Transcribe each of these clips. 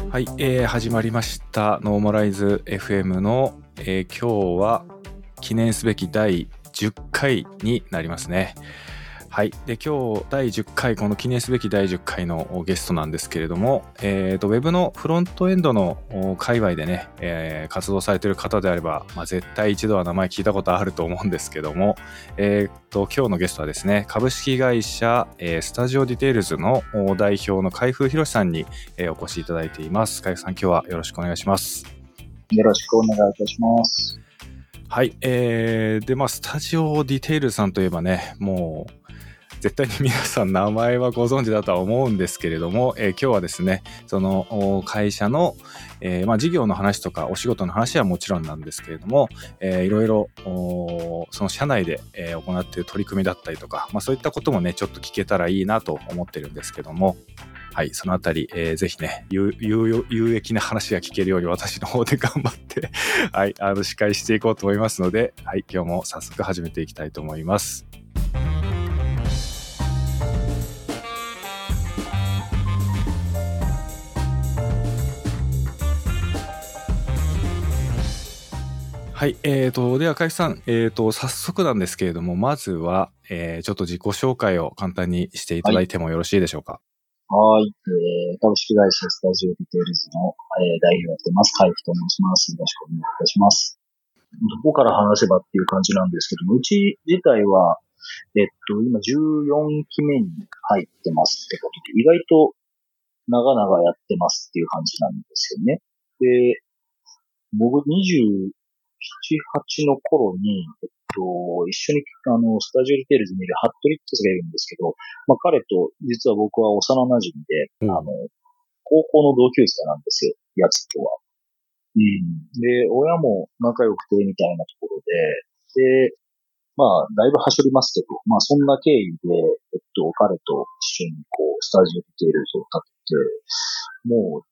はい、始まりましたノーマライズ FM の、今日は記念すべき第10回になりますね。はい。で、今日第10回、この記念すべき第10回のゲストなんですけれども、ウェブのフロントエンドの界隈でね、活動されている方であれば、絶対一度は名前聞いたことあると思うんですけども、今日のゲストはですね、株式会社、スタジオディテールズの代表の海風博さんに、お越しいただいています。海風さん、今日はよろしくお願いします。 よろしくお願いいたします。 はい。で、スタジオディテールズさんといえばね、もう、絶対に皆さん名前はご存知だとは思うんですけれども、今日はですね、その会社の、事業の話とかお仕事の話はもちろんなんですけれども、いろいろその社内で、行っている取り組みだったりとか、そういったこともねちょっと聞けたらいいなと思ってるんですけども、はい、そのあたり、ぜひね有益な話が聞けるように私の方で頑張ってはい、司会していこうと思いますので、はい、今日も早速始めていきたいと思います。はい、では海部さん、早速なんですけれども、まずは、ちょっと自己紹介を簡単にしていただいてもよろしいでしょうか。 はい。株式会社スタジオディテールズの、代表をやってます。海部と申します。よろしくお願いいたします。どこから話せばっていう感じなんですけども、うち自体は、今14期目に入ってますってことで、意外と長々やってますっていう感じなんですよね。で、僕27、8の頃に、一緒に、スタジオディテールズにいるハットリックスがいるんですけど、彼と、実は僕は幼馴染で、高校の同級生なんですよ、やつとは。で、親も仲良くて、みたいなところで、だいぶ走りますけど、そんな経緯で、彼と一緒にスタジオディテールズを立てて、もう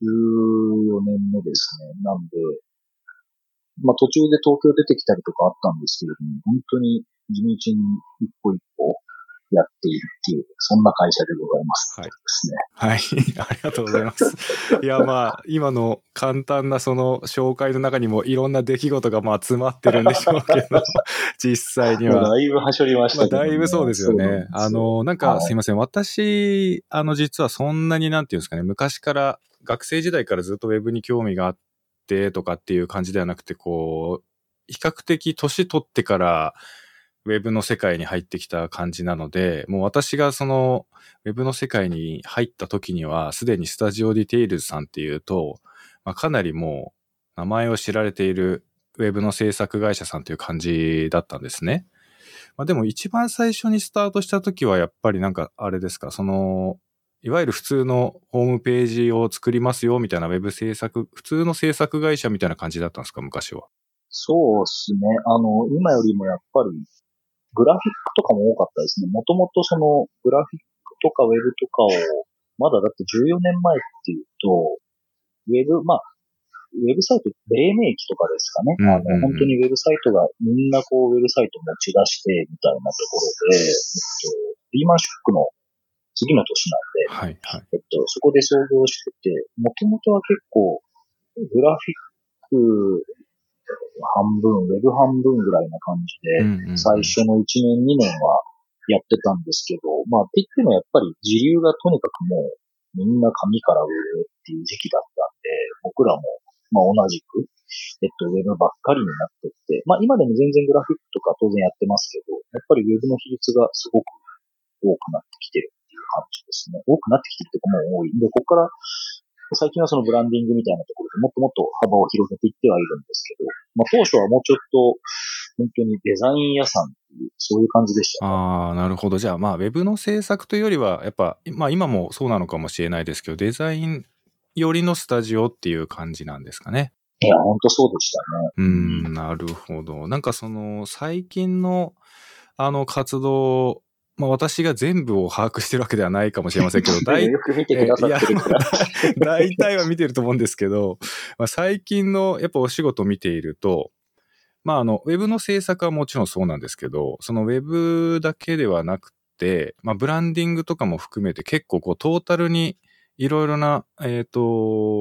14年目ですね。なんで、途中で東京出てきたりとかあったんですけれども、本当に地道に一歩一歩やっているっていう、そんな会社でございます。 はい。はい。ありがとうございます。いや、今の簡単なその紹介の中にもいろんな出来事が詰まってるんでしょうけど、実際には。 だいぶ走りましたけど、 だいぶそうですよね。すいません。私、実はそんなになんていうんですかね、昔から学生時代からずっとウェブに興味があってとかっていう感じではなくて、比較的年取ってからウェブの世界に入ってきた感じなので、もう私がそのウェブの世界に入った時には、すでにスタジオディテールズさんっていうと、かなりもう名前を知られているウェブの制作会社さんという感じだったんですね。でも一番最初にスタートした時はやっぱりあれですか、いわゆる普通のホームページを作りますよみたいなウェブ制作、普通の制作会社みたいな感じだったんですか、昔は。 そうですね。今よりもやっぱり、グラフィックとかも多かったですね。もともとその、グラフィックとかウェブとかを、まだだって14年前っていうと、ウェブ、ウェブサイト、黎明期とかですかね。本当にウェブサイトが、みんなウェブサイト持ち出して、みたいなところで、リーマンショックの次の年なんで、そこで創業してて、もともとは結構、グラフィック半分、ウェブ半分ぐらいな感じで、最初の1年、2年はやってたんですけど、って言ってもやっぱり時流がとにかくもう、みんな紙からウェブっていう時期だったんで、僕らも、同じく、ウェブばっかりになってって、今でも全然グラフィックとか当然やってますけど、やっぱりウェブの比率がすごく多くなってきてるっていう感じですね。多くなってきてるっていうかもう多い。で、ここから最近はそのブランディングみたいなところでもっともっと幅を広げていってはいるんですけど、当初はもうちょっと本当にデザイン屋さんっていう、そういう感じでしたね。 ああ、なるほど。じゃあウェブの制作というよりは、やっぱ、今もそうなのかもしれないですけど、デザインよりのスタジオっていう感じなんですかね。 いや、本当そうでしたね。 なるほど。最近の、活動、私が全部を把握してるわけではないかもしれませんけど、 よく見てくださってるから。 大体は見てると思うんですけど、最近のやっぱお仕事を見ていると、ウェブの制作はもちろんそうなんですけど、そのウェブだけではなくて、ブランディングとかも含めて結構トータルにいろいろな、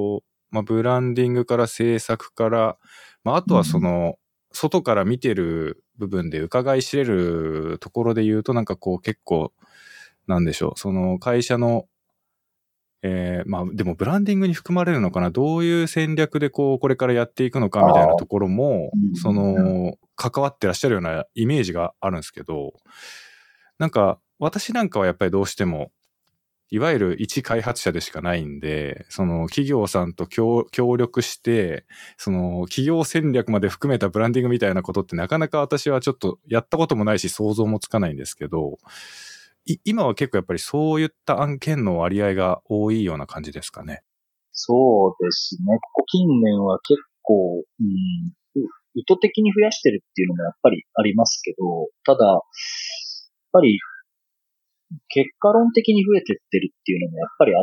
まあ、ブランディングから制作から、まあ、あとはその、外から見てる部分で伺い知れるところで言うと、なんかこう結構、なんでしょう、その会社の、まあでもブランディングに含まれるのかな、どういう戦略でこう、これからやっていくのかみたいなところも、その、関わってらっしゃるようなイメージがあるんですけど、なんか、私なんかはやっぱりどうしても、いわゆる一開発者でしかないんで、その企業さんと協力して、その企業戦略まで含めたブランディングみたいなことってなかなか私はちょっとやったこともないし想像もつかないんですけど、今は結構やっぱりそういった案件の割合が多いような感じですかね。 そうですね。ここ近年は結構、意図的に増やしてるっていうのもやっぱりありますけど、ただ、やっぱり結果論的に増えてってるっていうのもやっぱりあって、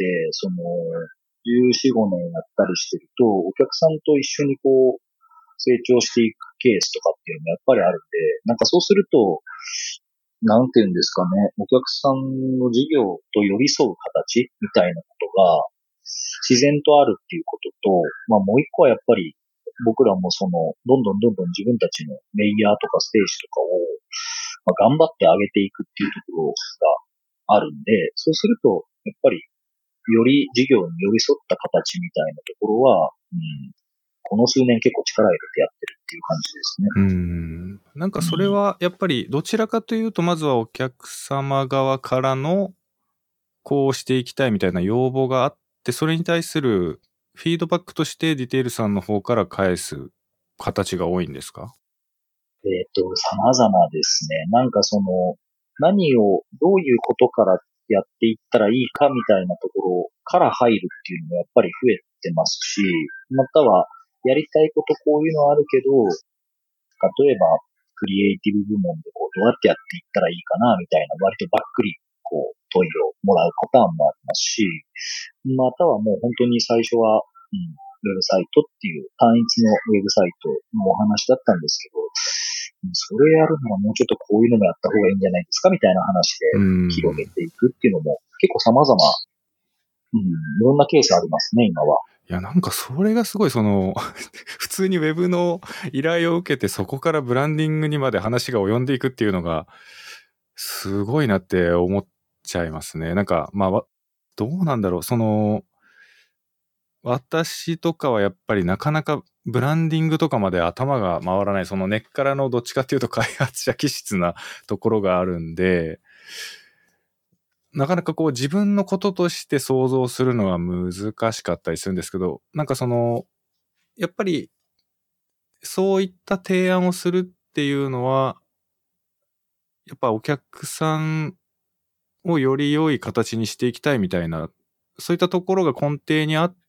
その、14、5年やったりしてると、お客さんと一緒にこう、成長していくケースとかっていうのもやっぱりあるんで、なんかそうすると、なんていうんですかね、お客さんの事業と寄り添う形みたいなことが自然とあるっていうことと、まあもう一個はやっぱり僕らもその、どんどん自分たちのレイヤーとかステージとかを、まあ、頑張って上げていくっていうところがあるんで、そうすると、やっぱりより事業に寄り添った形みたいなところは、この数年結構力入れてやってるっていう感じですね。 なんかそれはやっぱりどちらかというと、まずはお客様側からのこうしていきたいみたいな要望があって、それに対するフィードバックとしてディテールさんの方から返す形が多いんですか？ 様々ですね。なんかその、何を、どういうことからやっていったらいいかみたいなところから入るっていうのもやっぱり増えてますし、または、やりたいことこういうのあるけど、例えば、クリエイティブ部門でこう、どうやってやっていったらいいかなみたいな、割とばっくり、こう、問いをもらうパターンもありますし、またはもう本当に最初は、ウェブサイトっていう単一のウェブサイトのお話だったんですけど、それやるならもうちょっとこういうのもやった方がいいんじゃないですかみたいな話で広げていくっていうのも結構様々、いろんなケースありますね、今は。 いや、なんかそれがすごいその、普通にウェブの依頼を受けてそこからブランディングにまで話が及んでいくっていうのが、すごいなって思っちゃいますね。なんか、まあ、どうなんだろう。その、私とかはやっぱりなかなかブランディングとかまで頭が回らない、その根っからのどっちかっていうと開発者気質なところがあるんで、なかなかこう自分のこととして想像するのは難しかったりするんですけど、なんかその、やっぱりそういった提案をするっていうのは、やっぱお客さんをより良い形にしていきたいみたいな、そういったところが根底にあって、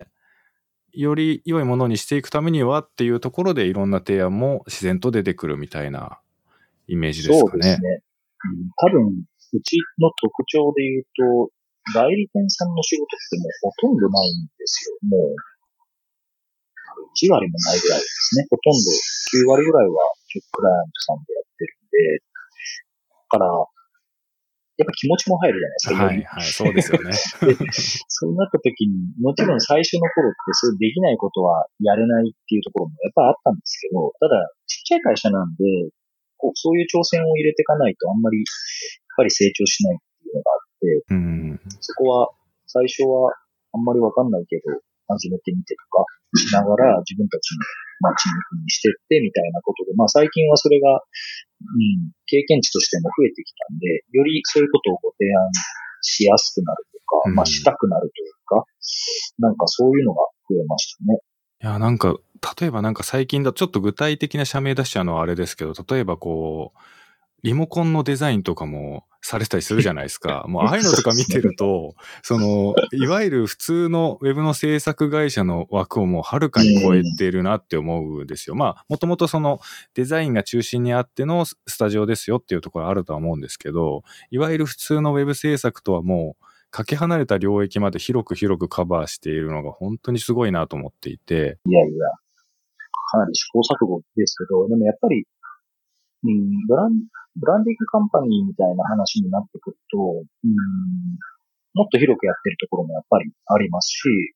より良いものにしていくためにはっていうところでいろんな提案も自然と出てくるみたいなイメージですかね。 そうですね。多分、うちの特徴で言うと、代理店さんの仕事ってもうほとんどないんですよ。もう、1割もないぐらいですね。ほとんど9割ぐらいはクライアントさんでやってるんで、だから、やっぱ気持ちも入るじゃないですか、より。 はいはい、そうですよね。 で、そうなった時に、もちろん最初の頃ってそうできないことはやれないっていうところもやっぱあったんですけど、ただ、ちっちゃい会社なんで、こうそういう挑戦を入れていかないとあんまり、やっぱり成長しないっていうのがあって、そこは、最初はあんまりわかんないけど、始めてみてとかしながら自分たちの、チームにしてってみたいなことで、最近はそれが経験値としても増えてきたんで、よりそういうことをご提案しやすくなるとか、したくなるというか、なんかそういうのが増えましたね。 いや、なんか、例えばなんか最近だとちょっと具体的な社名出しちゃうのはあれですけど、例えばこう、リモコンのデザインとかもされたりするじゃないですか。もうああいうのとか見てると、その、いわゆる普通のウェブの制作会社の枠をもうはるかに超えてるなって思うんですよ。もともとそのデザインが中心にあってのスタジオですよっていうところあるとは思うんですけど、いわゆる普通のウェブ制作とはもう、かけ離れた領域まで広くカバーしているのが本当にすごいなと思っていて。 いやいや、かなり試行錯誤ですけど、でもやっぱり、うん、ブランディングカンパニーみたいな話になってくると、もっと広くやってるところもやっぱりありますし、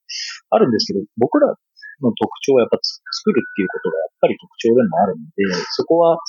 あるんですけど、僕らの特徴はやっぱ作るっていうことがやっぱり特徴でもあるので、そこは、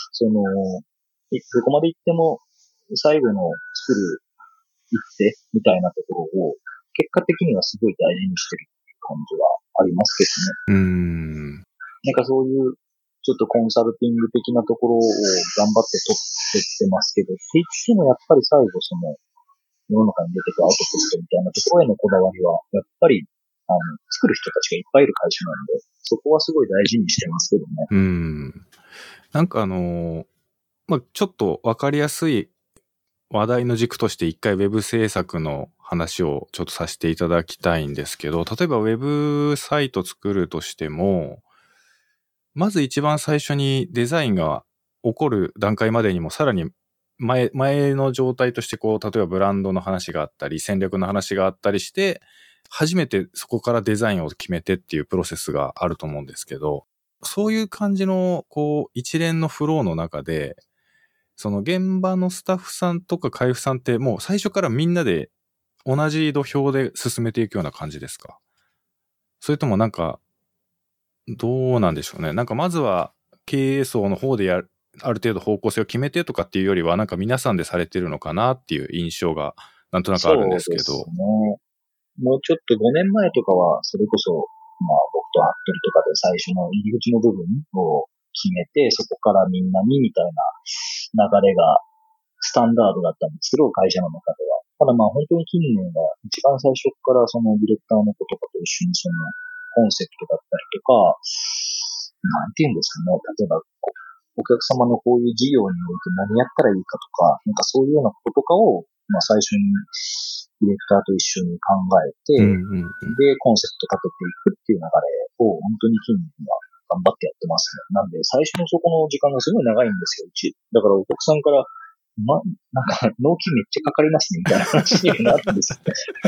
どこまで行っても最後の作る一手みたいなところを結果的にはすごい大事にしてるっていう感じはありますけどね。なんかそういうちょっとコンサルティング的なところを頑張って取ってってますけど、って言ってもやっぱり最後世の中に出てくるアウトプットみたいなところへのこだわりは、やっぱり作る人たちがいっぱいいる会社なんで、そこはすごい大事にしてますけどね。 なんかちょっとわかりやすい話題の軸として一回ウェブ制作の話をちょっとさせていただきたいんですけど、例えばウェブサイト作るとしても、まず一番最初にデザインが起こる段階までにもさらに前の状態として例えばブランドの話があったり、戦略の話があったりして、初めてそこからデザインを決めてっていうプロセスがあると思うんですけど、そういう感じの一連のフローの中で、その現場のスタッフさんとか海部さんってもう最初からみんなで同じ土俵で進めていくような感じですか？それともなんか、どうなんでしょうね。なんかまずは経営層の方である程度方向性を決めてとかっていうよりは、なんか皆さんでされてるのかなっていう印象がなんとなくあるんですけど。 そうですね。もうちょっと5年前とかは、それこそ、僕と服部とかで最初の入り口の部分を決めて、そこからみんなにみたいな流れがスタンダードだったんですけど、会社の中では。ただ本当に近年は一番最初からそのディレクターの子とかと一緒にコンセプトだったりとか、なんて言うんですかね。例えば、お客様のこういう事業において何やったらいいかとか、なんかそういうようなこととかを、最初にディレクターと一緒に考えて、で、コンセプト立てていくっていう流れを本当に近年は頑張ってやってますね。なんで、最初のそこの時間がすごい長いんですよ、うち。だからお客さんから、なんか、納期めっちゃかかりますね、みたいな話になったんです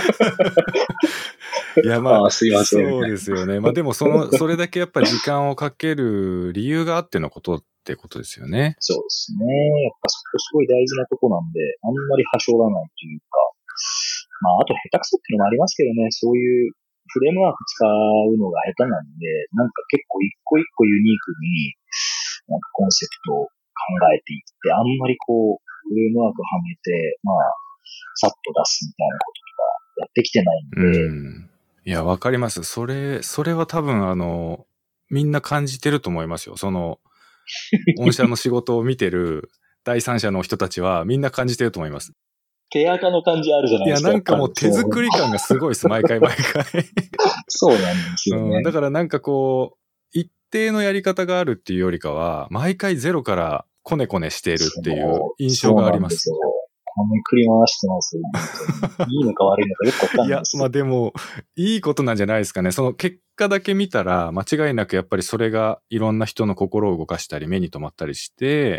よ。 いや、 すいません。 そうですよね。でもそれだけやっぱ時間をかける理由があってのことってことですよね。 そうですね。やっぱそこすごい大事なとこなんで、あんまりはしょらないというか、あと下手くそっていうのもありますけどね、そういうフレームワーク使うのが下手なんで、なんか結構一個一個ユニークに、なんかコンセプトを考えていって、あんまりフレームワークはめて、さっと出すみたいなこととかやってきてないんで。 いや、わかります。それは多分みんな感じてると思いますよ。御社の仕事を見てる第三者の人たちはみんな感じてると思います。 手垢の感じあるじゃないですか。 いや、なんかもう手作り感がすごいです。毎回。 そうなんですよね。 だからなんか一定のやり方があるっていうよりかは、毎回ゼロからコネコネしているっていう印象があります。 そうなんですよ。こねくり回してます。いいのか悪いのかよくわかんないです。 いや、でも、いいことなんじゃないですかね。その結果だけ見たら、間違いなくやっぱりそれがいろんな人の心を動かしたり、目に留まったりして、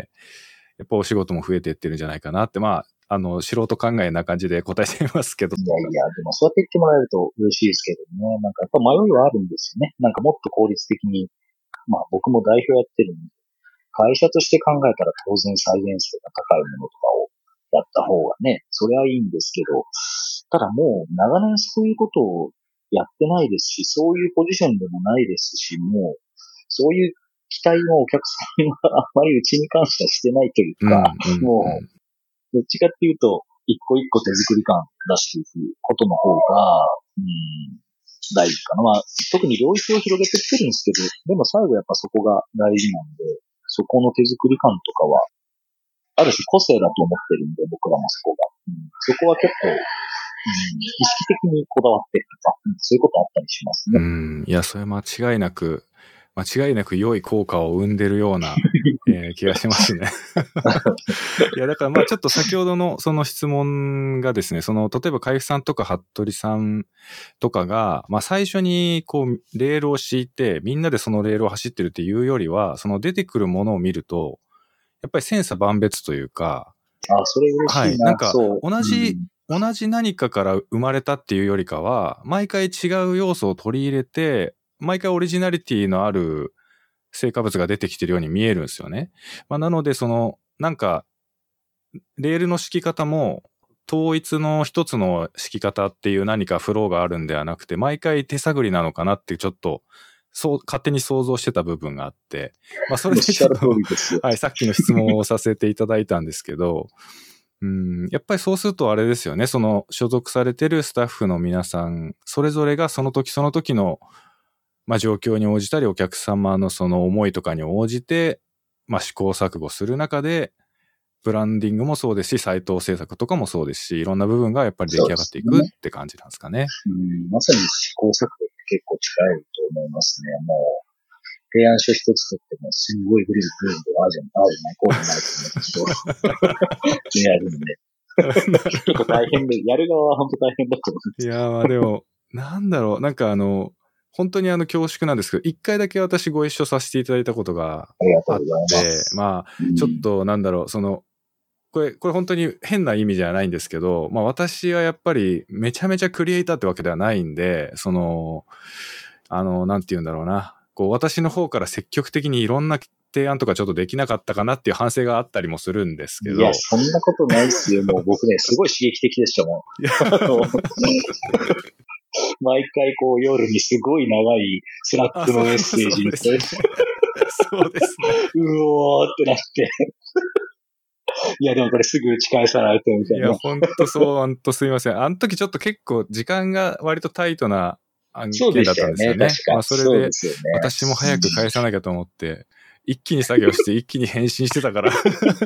やっぱお仕事も増えていってるんじゃないかなって、素人考えな感じで答えていますけど。 いや、でもそうやって言ってもらえると嬉しいですけどね。なんかやっぱ迷いはあるんですよね。なんかもっと効率的に、僕も代表やってるんで、会社として考えたら当然再現性が高いものとかをやった方がね、それはいいんですけど、ただもう長年そういうことをやってないですし、そういうポジションでもないですし、もう、そういう期待のお客さんはあまりうちに感謝してないというか、もう、どっちかっていうと、一個一個手作り感出していくことの方が、大事かな。特に領域を広げてきてるんですけど、でも最後やっぱそこが大事なんで、そこの手作り感とかは、ある種個性だと思ってるんで、僕らもそこが。そこは結構、意識的にこだわってるとか、そういうことあったりしますね。 いや、それ間違いなく良い効果を生んでるような、気がしますね。いや、だからちょっと先ほどのその質問がですね、例えば海部さんとか服部さんとかが、最初にレールを敷いて、みんなでそのレールを走ってるっていうよりは、その出てくるものを見ると、やっぱり千差万別というか、 それ嬉しいな。 なんか同じ何かから生まれたっていうよりかは、毎回違う要素を取り入れて、毎回オリジナリティのある成果物が出てきてるように見えるんですよね。なのでなんか、レールの敷き方も、 統一の一つの敷き方っていう何かフローがあるんではなくて、毎回手探りなのかなってちょっと、そう、勝手に想像してた部分があって、まあそれでちょっと、はい、さっきの質問をさせていただいたんですけど、やっぱりそうするとあれですよね、その所属されてるスタッフの皆さん、それぞれがその時その時の、まあ状況に応じたり、お客様のその思いとかに応じて、まあ試行錯誤する中で、ブランディングもそうですし、サイト制作とかもそうですし、いろんな部分がやっぱり出来上がっていくって感じなんですかね。 まさに試行錯誤って結構近いと思いますね。もう、提案書一つとってもすごい古い部分でああじゃない、こうじゃないと思うんですけど、やるんで。結構大変で、やる側は本当大変だと思うんです。 いやー、まあでも、なんだろう、なんか本当に恐縮なんですけど、一回だけ私ご一緒させていただいたことがあって、まあ、ちょっとなんだろう、これ本当に変な意味じゃないんですけど、まあ私はやっぱりめちゃめちゃクリエイターってわけではないんで、なんて言うんだろうな、こう私の方から積極的にいろんな提案とかちょっとできなかったかなっていう反省があったりもするんですけど。 いや、そんなことないっすよ。もう僕ね、すごい刺激的でしたもん。毎回こう夜にすごい長いスラックのメッセージにそうですね。 うおーってなって。いや、でもこれすぐ打ち返さないとみたいな。 いや、ほんとすいません。あの時ちょっと結構時間が割とタイトな案件だったんですよね。まあそれで、私も早く返さなきゃと思って、一気に作業して一気に返信してたから。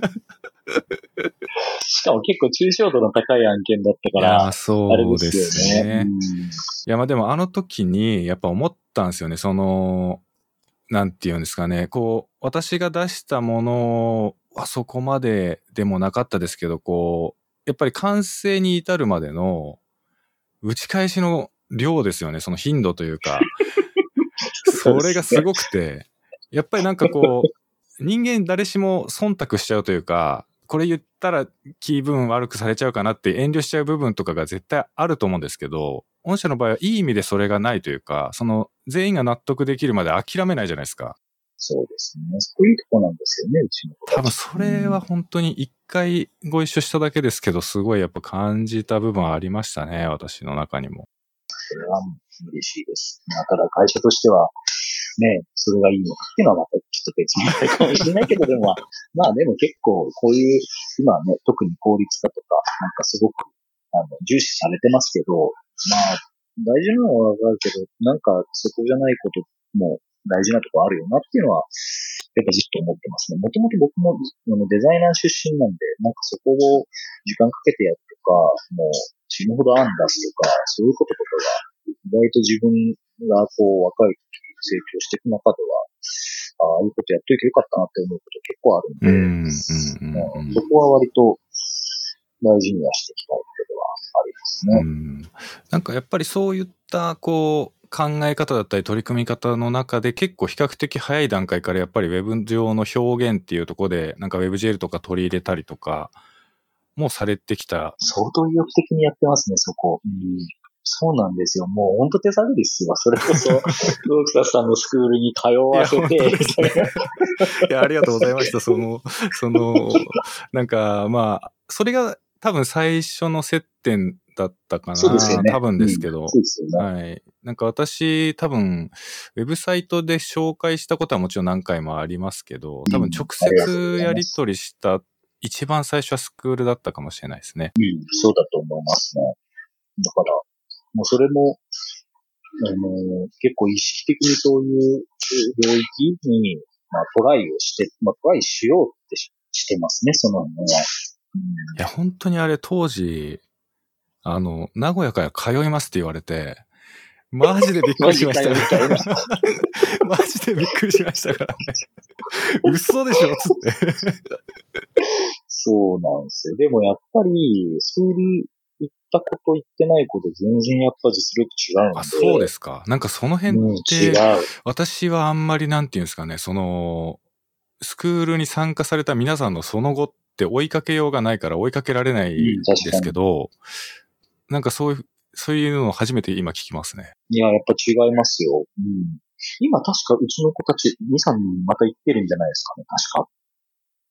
しかも結構抽象度の高い案件だったから。 いや、そうですね。いや、まあでもあの時にやっぱ思ったんですよね。なんていうんですかね。こう、私が出したものはそこまででもなかったですけど、こう、やっぱり完成に至るまでの打ち返しの量ですよね。その頻度というか。それがすごくて、やっぱりなんかこう、人間誰しも忖度しちゃうというか、これ言ったら気分悪くされちゃうかなって遠慮しちゃう部分とかが絶対あると思うんですけど、御社の場合はいい意味でそれがないというか、全員が納得できるまで諦めないじゃないですか。 そうですね。そういうとこなんですよね、うちの子たち。 多分それは本当に一回ご一緒しただけですけど、すごいやっぱ感じた部分ありましたね、私の中にも。 それは嬉しいです。まあ、ただ会社としては、ね、それがいいのかっていうのはまたちょっと別にないかもしれないけど、でも、まあでも結構こういう、今ね、特に効率化とか、なんかすごく、重視されてますけど、まあ、大事なのはわかるけど、なんかそこじゃないことも大事なとこあるよなっていうのは、やっぱずっと思ってますね。もともと僕もデザイナー出身なんで、なんかそこを時間かけてやるとか、もう死ぬほど案出すとか、そういうこととかが、意外と自分がこう若い時成長していく中では、ああいうことやっといてよかったなって思うこと結構あるんで、そこは割と大事にはしていきたいことではありますね。 なんかやっぱりそういったこう考え方だったり取り組み方の中で結構比較的早い段階からやっぱりウェブ上の表現っていうところでなんか WebGL とか取り入れたりとかもされてきた。 相当意欲的にやってますね、そこ。そうなんですよ。もう本当手探りっすよ。それこそ、ロークサスさんのスクールに通わせて。 いや、ありがとうございました。なんか、まあ、それが多分最初の接点だったかな。 そうですよね。 多分ですけど。 そうですよね。 はい。なんか私、多分、ウェブサイトで紹介したことはもちろん何回もありますけど、多分直接やり取りした一番最初はスクールだったかもしれないですね。 そうだと思いますね。だから、もうそれも、結構意識的にそういう領域に、トライをして、トライしようってしてますね、その辺は。 いや、本当にあれ当時、名古屋から通いますって言われて、マジでびっくりしましたね。マジでびっくりしましたからね。嘘でしょつって。 そうなんですよ。でもやっぱり、スクール行ったこと行ってないこと全然やっぱ実力違うんで。 あ、そうですか。なんかその辺って、私はあんまりなんていうんですかね、スクールに参加された皆さんのその後って追いかけようがないから追いかけられないですけど、なんかそういうのを初めて今聞きますね。 いや、やっぱ違いますよ。今確かうちの子たち2、3人また行ってるんじゃないですかね、確か。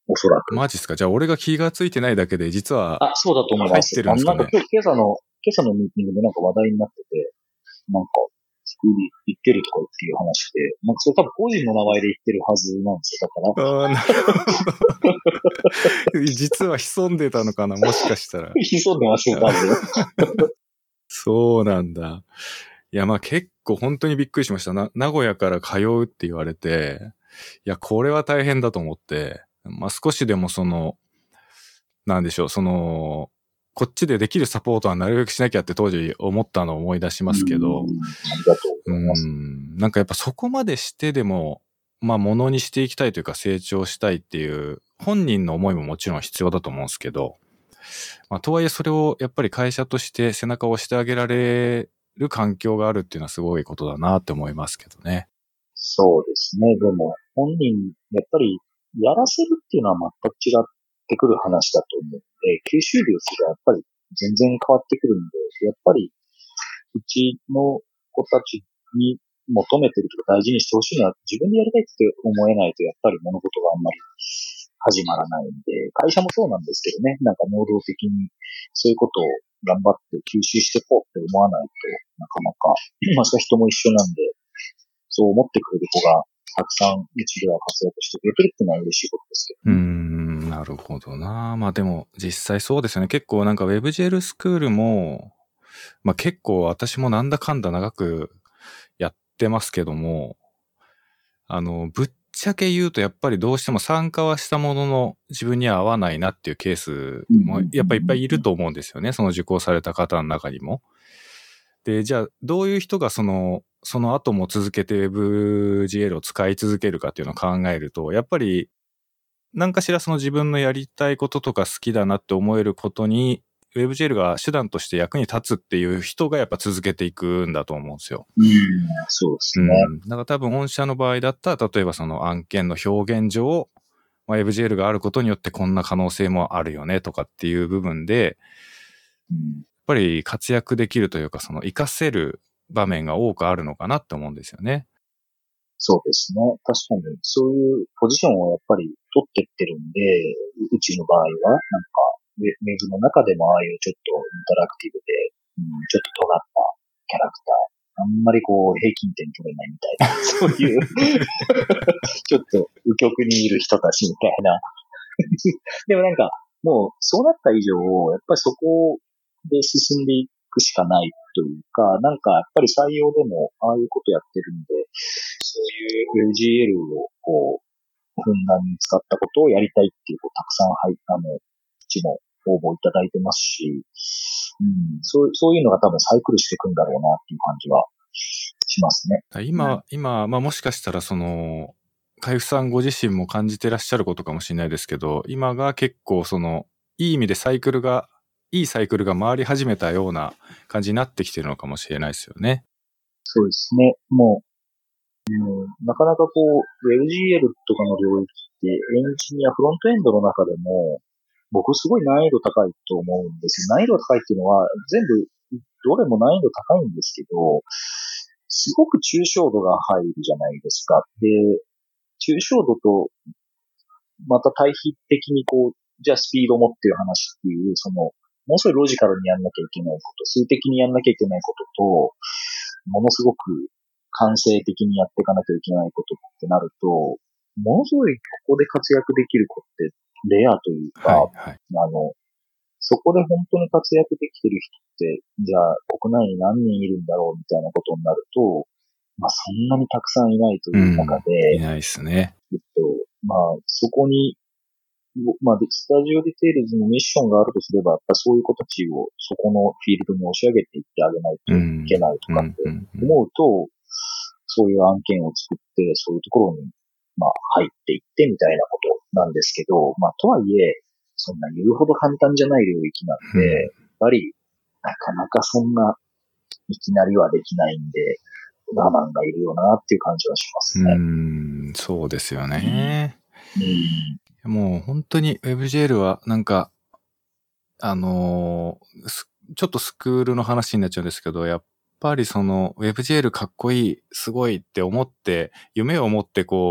おそらく。 マジっすか？じゃあ俺が気がついてないだけで、実はそうだと思います。 入ってるんですかね。 なんか今朝のミーティングでなんか話題になってて、なんか、作り行ってるとかっていう話で、なんかそれ多分個人の名前で言ってるはずなんですよ。だから。 なるほど。実は潜んでたのかな、もしかしたら。 潜んでますよ、多分。 そうなんだ。いや、まあ結構本当にびっくりしました。名古屋から通うって言われて、いや、これは大変だと思って、まあ少しでもなんでしょう、こっちでできるサポートはなるべくしなきゃって当時思ったのを思い出しますけど、 ありがとうございます。 なんかやっぱそこまでしてでも、まあものにしていきたいというか成長したいっていう本人の思いももちろん必要だと思うんですけど、まあとはいえそれをやっぱり会社として背中を押してあげられる環境があるっていうのはすごいことだなって思いますけどね。 そうですね。でも、本人、やっぱり、やらせるっていうのは全く違ってくる話だと思うので、吸収量数がやっぱり全然変わってくるんで、やっぱり、うちの子たちに求めてるとか大事にしてほしいのは自分でやりたいって思えないとやっぱり物事があんまり始まらないんで、会社もそうなんですけどね、なんか能動的にそういうことを頑張って吸収していこうって思わないとなかなか、まあそれは人も一緒なんで、そう思ってくれる子がたくさんうちでは活躍してくれてるっていうのは嬉しいことですけどね。 なるほどな。まあでも実際そうですよね。結構なんか WebGL スクールも、まあ結構私もなんだかんだ長くやってますけども、ぶっちゃけ言うとやっぱりどうしても参加はしたものの自分には合わないなっていうケースもやっぱりいっぱいいると思うんですよね。その受講された方の中にも。で、じゃあどういう人がその後も続けて WebGL を使い続けるかっていうのを考えると、やっぱり何かしらその自分のやりたいこととか好きだなって思えることに WebGL が手段として役に立つっていう人がやっぱ続けていくんだと思うんですよ。 そうですね。 だから多分御社の場合だったら、例えばその案件の表現上、まあ、WebGL があることによってこんな可能性もあるよねとかっていう部分で、やっぱり活躍できるというか、活かせる場面が多くあるのかなって思うんですよね。 そうですね。確かに、そういうポジションをやっぱり取ってってるんで、うちの場合は、なんか、ウェブの中でもああいうちょっとインタラクティブで、ちょっと尖ったキャラクター、あんまりこう平均点取れないみたいな、そういうちょっと右極にいる人たちみたいな。でもなんか、もうそうなった以上、やっぱりそこで進んでいくしかないというか、なんかやっぱり採用でもああいうことやってるんで、そういう LGL をこう、ふんだんに使ったことをやりたいっていう子たくさんうちも応募いただいてますし、そういうのが多分サイクルしていくんだろうなっていう感じはしますね。 今、まあもしかしたら海部さんご自身も感じてらっしゃることかもしれないですけど、今が結構いい意味でいいサイクルが回り始めたような感じになってきてるのかもしれないですよね。 そうですね。もなかなかこう、LGL とかの領域って、エンジニア、フロントエンドの中でも、僕すごい難易度高いと思うんですよ。難易度高いっていうのは、全部、どれも難易度高いんですけど、すごく抽象度が入るじゃないですか。で、抽象度と、また対比的にこう、じゃあスピードもっていう話っていう、ものすごいロジカルにやんなきゃいけないこと、数的にやんなきゃいけないことと、ものすごく感性的にやっていかなきゃいけないことってなると、ものすごいここで活躍できる子ってレアというか、そこで本当に活躍できてる人って、じゃあ国内に何人いるんだろうみたいなことになると、まあそんなにたくさんいないという中で、 いないですね。 まあそこに、まあスタジオディテールズのミッションがあるとすれば、やっぱそういう子たちをそこのフィールドに押し上げていってあげないといけないとかって思うと、そういう案件を作って、そういうところに、まあ、入っていってみたいなことなんですけど、まあ、とはいえ、そんな言うほど簡単じゃない領域なんで、やっぱり、なかなかそんな、いきなりはできないんで、我慢がいるよなっていう感じはしますね。 そうですよね。もう本当に WebGL はなんか、ちょっとスクールの話になっちゃうんですけど、やっぱりWebGL かっこいい、すごいって思って、夢を持って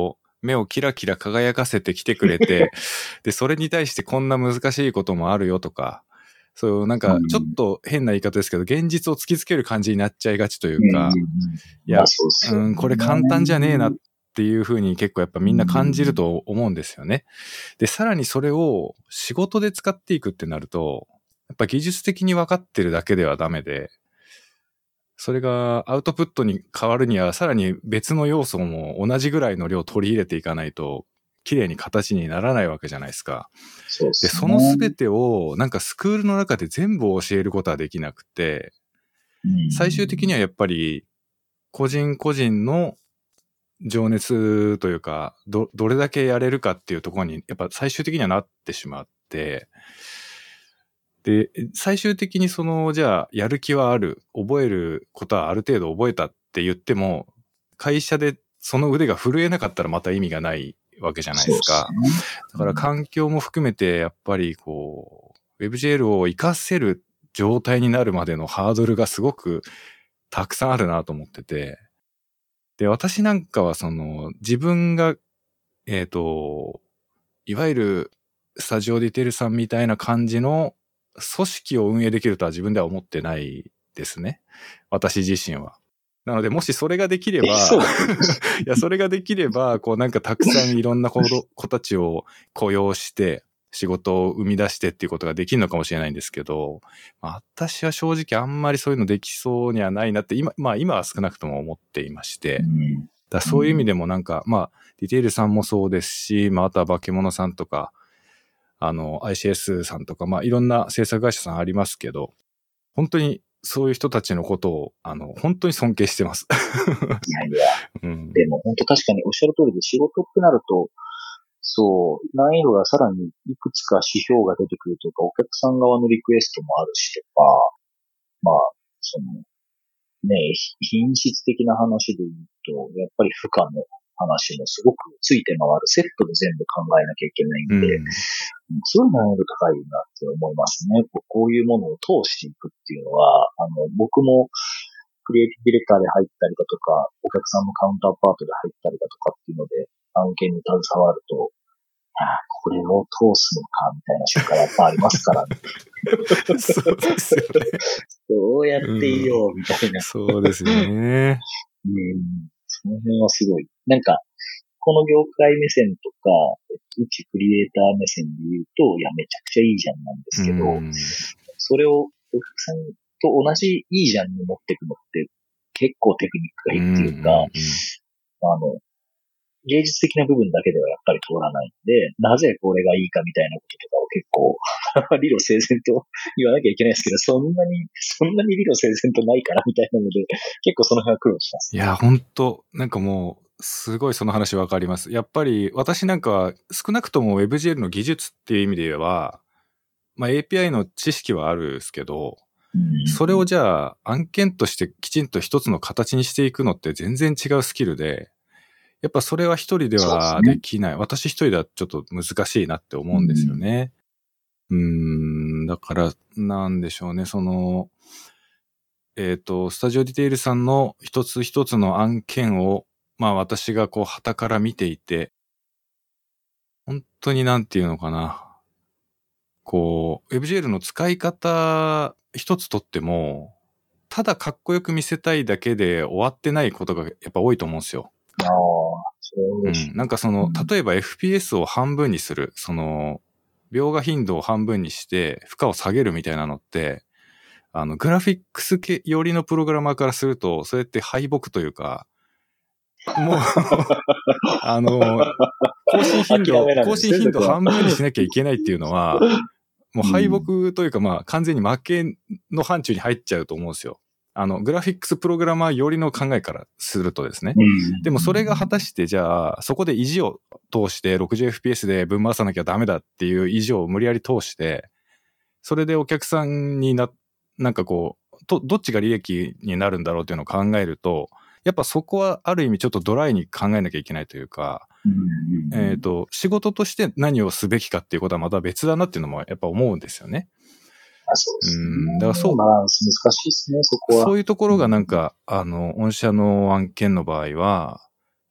目をキラキラ輝かせてきてくれて、で、それに対してこんな難しいこともあるよとか、そう、なんか、ちょっと変な言い方ですけど、現実を突きつける感じになっちゃいがちというか、いや、これ簡単じゃねえなっていうふうに結構やっぱみんな感じると思うんですよね。で、さらにそれを仕事で使っていくってなると、やっぱ技術的に分かってるだけではダメで、それがアウトプットに変わるにはさらに別の要素も同じぐらいの量取り入れていかないと綺麗に形にならないわけじゃないですか。 そうですね。 で、そのすべてをなんかスクールの中で全部教えることはできなくて、最終的にはやっぱり個人個人の情熱というか、どれだけやれるかっていうところにやっぱ最終的にはなってしまって、で、最終的にじゃあ、やる気はある、覚えることはある程度覚えたって言っても、会社でその腕が震えなかったらまた意味がないわけじゃないですか。だから環境も含めて、やっぱりWebGL を活かせる状態になるまでのハードルがすごくたくさんあるなと思ってて、で、私なんかは自分が、いわゆるスタジオディテールさんみたいな感じの組織を運営できるとは自分では思ってないですね。私自身は。なので、もしそれができれば、いや、それができれば、なんかたくさんいろんな子たちを雇用して、仕事を生み出してっていうことができるのかもしれないんですけど、私は正直あんまりそういうのできそうにはないなって今は少なくとも思っていまして、だそういう意味でもなんか、ディテールさんもそうですし、あとは化け物さんとか、ICS さんとか、いろんな制作会社さんありますけど、本当にそういう人たちのことを、本当に尊敬してます。 いや、でも本当確かにおっしゃる通りで仕事ってなると、そう、難易度がさらにいくつか指標が出てくるというか、お客さん側のリクエストもあるしとか、品質的な話で言うと、やっぱり負荷の話もすごくついて回るセットで全部考えなきゃいけないんで、すごい難易度高いなって思いますね。こういうものを通していくっていうのは、僕もクリエイティブディレクターで入ったりだとか、お客さんのカウンターパートで入ったりだとかっていうので、案件に携わると、これを通すのか、みたいな瞬間やっぱありますからね。 そうですよね。 どうやっていよう、みたいな。 そうですよね。 その辺はすごい。なんか、この業界目線とか、一クリエイター目線で言うと、いや、めちゃくちゃいいじゃんなんですけど、それをお客さんと同じいいじゃんに持っていくのって結構テクニックがいいっていうか、芸術的な部分だけではやっぱり通らないんで、なぜこれがいいかみたいなこととかを結構理路整然と言わなきゃいけないですけど、そんなに理路整然とないからみたいなので、結構その辺は苦労します。 いや、本当なんかもう、すごいその話わかります。やっぱり私なんかは少なくとも WebGL の技術っていう意味で言えば、API の知識はあるんですけど、それをじゃあ案件としてきちんと一つの形にしていくのって全然違うスキルで、やっぱそれは一人ではできない。私一人ではちょっと難しいなって思うんですよね。だから、なんでしょうね、スタジオディテールさんの一つ一つの案件を、私が傍から見ていて、本当になんていうのかな。WebGL の使い方一つとっても、ただかっこよく見せたいだけで終わってないことがやっぱ多いと思うんですよ。なんか例えば FPS を半分にする、描画頻度を半分にして負荷を下げるみたいなのって、グラフィックス寄りのプログラマーからすると、それって敗北というか、もう更新頻度半分にしなきゃいけないっていうのは、もう敗北というか、完全に負けの範疇に入っちゃうと思うんですよ。グラフィックスプログラマー寄りの考えからするとですね。でもそれが果たしてじゃあ、そこで意地を通して 60fps でぶん回さなきゃダメだっていう意地を無理やり通して、それでお客さんになんかどっちが利益になるんだろうっていうのを考えると、やっぱそこはある意味ちょっとドライに考えなきゃいけないというか、仕事として何をすべきかっていうことはまた別だなっていうのもやっぱ思うんですよね。 そうですね。だからバランス難しいですね、そこは。 そういうところがなんか、御社の案件の場合は、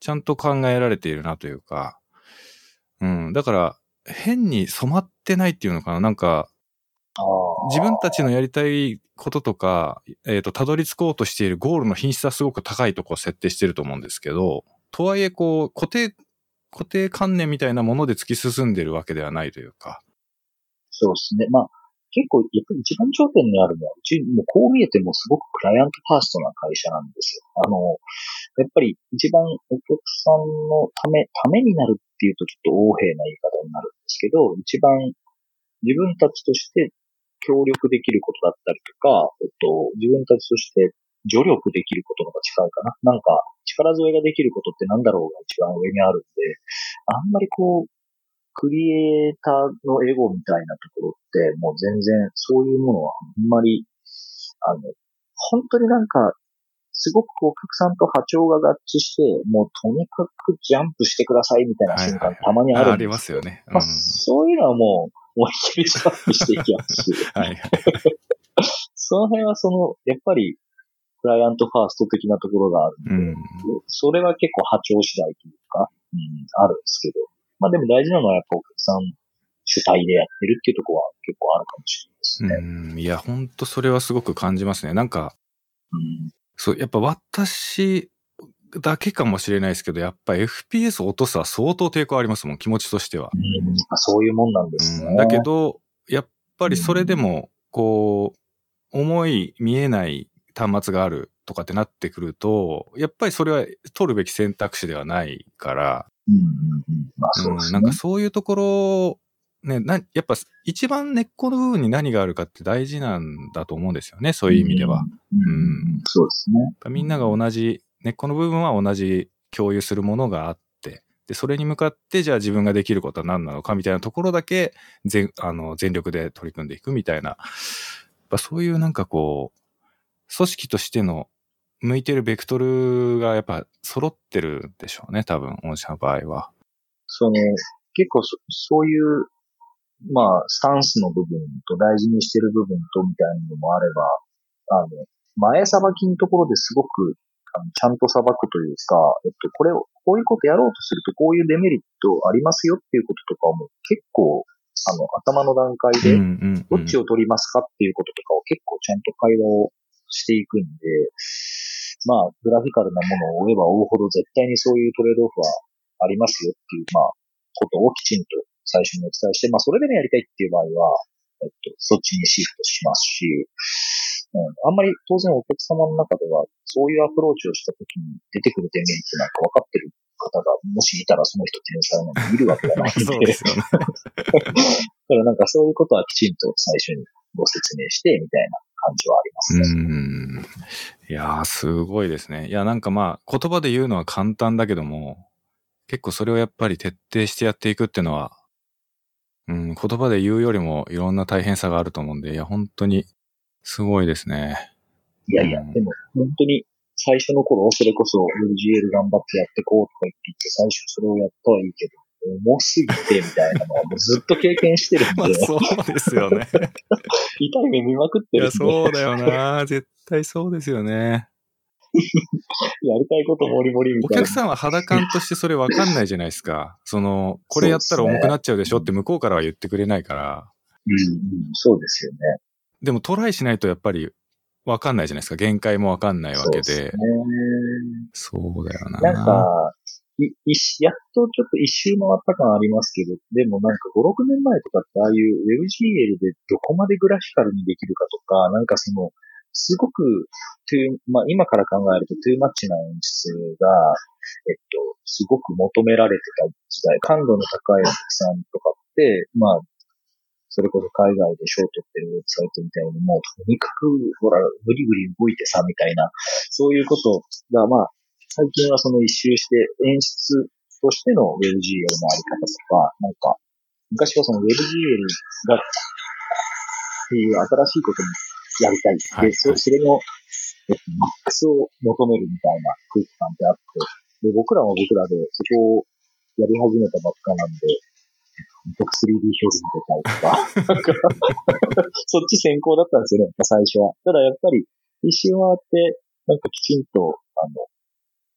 ちゃんと考えられているなというか、だから変に染まってないっていうのかな。なんか、自分たちのやりたいこととか、たどり着こうとしているゴールの品質はすごく高いとこを設定してると思うんですけど、とはいえこう、固定観念みたいなもので突き進んでるわけではないというか。 そうですね。結構、やっぱり一番頂点にあるのは、うち、もうこう見えてもすごくクライアントファーストな会社なんですよ。やっぱり一番お客さんのためになるっていうとちょっと横柄な言い方になるんですけど、一番自分たちとして協力できることだったりとか、自分たちとして助力できることのが近いかな。なんか、力添えができることってなんだろうが一番上にあるんで、あんまりこう、クリエイターのエゴみたいなところって、もう全然そういうものはあんまり、本当になんか、すごくお客さんと波長が合致して、もうとにかくジャンプしてくださいみたいな瞬間たまにあるんですよ。 ありますよね。 そういうのはもう、思いっきりジャンプしていきますし。その辺はやっぱり、クライアントファースト的なところがあるんで、それは結構波長次第というか、あるんですけど。でも大事なのはやっぱお客さん主体でやってるっていうところは結構あるかもしれないですね。 いや、ほんとそれはすごく感じますね。なんか、そう、やっぱ私だけかもしれないですけど、やっぱ FPS を落とすは相当抵抗ありますもん、気持ちとしては。 そういうもんなんですね。 だけど、やっぱりそれでも、こう、見えない端末があるとかってなってくると、やっぱりそれは取るべき選択肢ではないから、 そうですね。 なんかそういうところ、ね、やっぱ一番根っこの部分に何があるかって大事なんだと思うんですよね、そういう意味では。 そうですね。 みんなが根っこの部分は同じ共有するものがあって、で、それに向かってじゃあ自分ができることは何なのかみたいなところだけ全力で取り組んでいくみたいな、やっぱそういうなんかこう、組織としての向いてるベクトルがやっぱ揃ってるんでしょうね、多分、御社の場合は。 結構そういう、スタンスの部分と大事にしてる部分とみたいなのもあれば、前さばきのところですごく、ちゃんとさばくというか、こういうことやろうとするとこういうデメリットありますよっていうこととかをもう結構、頭の段階で、どっちを取りますかっていうこととかを結構ちゃんと会話をしていくんで、グラフィカルなものを追えば追うほど絶対にそういうトレードオフはありますよっていう、ことをきちんと最初にお伝えして、それでもやりたいっていう場合は、そっちにシフトしますし、あんまり当然お客様の中では、そういうアプローチをしたときに出てくるデメリットなんか分かってる方が、もしいたらその人天才なんているわけがないんで。 そうですよね。 だからなんかそういうことはきちんと最初にご説明して、みたいな感じはありますね。 いやー、すごいですね。いや、なんか言葉で言うのは簡単だけども、結構それをやっぱり徹底してやっていくっていうのは、言葉で言うよりもいろんな大変さがあると思うんで、いや、本当にすごいですね。 いや、でも本当に最初の頃、それこそ LGL 頑張ってやってこうとか言って最初それをやったはいいけど、重すぎてみたいなのはもうずっと経験してるんで。 そうですよね。 痛い目見まくってるんで。 いや、そうだよな。絶対そうですよね。 やりたいこともりもりみたいな。 お客さんは肌感としてそれ分かんないじゃないですか。これやったら重くなっちゃうでしょって向こうからは言ってくれないから。 そうですよね。 でもトライしないとやっぱり分かんないじゃないですか。限界も分かんないわけで。そうだよな。 なんか、やっとちょっと一周回った感ありますけど、でもなんか5、6年前とかってああいう WebGL でどこまでグラフィカルにできるかとか、なんかすごく、今から考えるとトゥーマッチな演出が、すごく求められてた時代、感度の高いお客さんとかって、それこそ海外で賞を取ってるウェブサイトみたいにもう、とにかく、ほら、ぐりぐり動いてさ、みたいな、そういうことが、最近はその一周して演出としての WebGL のあり方とか、なんか、昔はその WebGL が、っていう新しいことにやりたい。で、それの、マックスを求めるみたいな空気感ってあって、で、僕らも僕らでそこをやり始めたばっかなんで、3D 表現出たりとか、そっち先行だったんですよね、最初は。ただやっぱり、一周回って、なんかきちんと、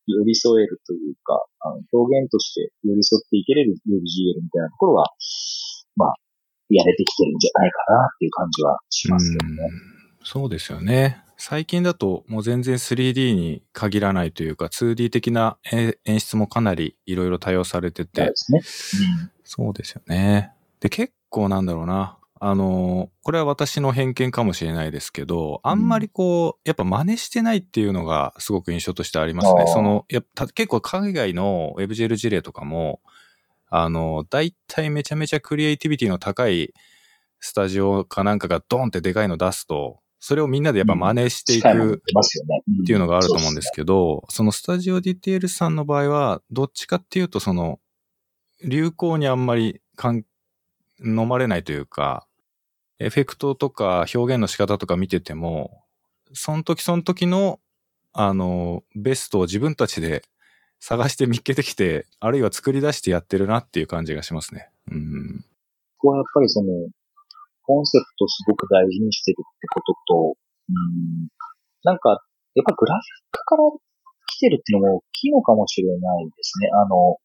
寄り添えるというか、表現として寄り添っていけれる WebGL みたいなところは、まあ、やれてきてるんじゃないかなっていう感じはしますけどね。 そうですよね。最近だともう全然 3D に限らないというか 2D 的な演出もかなりいろいろ多用されてて。 そうですね。 そうですよね。で、結構なんだろうな。これは私の偏見かもしれないですけど、あんまりやっぱ真似してないっていうのがすごく印象としてありますね。結構海外の WebGL 事例とかも、大体めちゃめちゃクリエイティビティの高いスタジオかなんかがドンってでかいの出すと、それをみんなでやっぱ真似していくっていうのがあると思うんですけど、そのスタジオディテールさんの場合は、どっちかっていうと流行にあんまり飲まれないというか、エフェクトとか表現の仕方とか見てても、その時その時の、ベストを自分たちで探して見っけてきて、あるいは作り出してやってるなっていう感じがしますね。 ここはやっぱりコンセプトすごく大事にしてるってことと、なんか、やっぱグラフィックから来てるっていうのも大きいのかもしれないですね。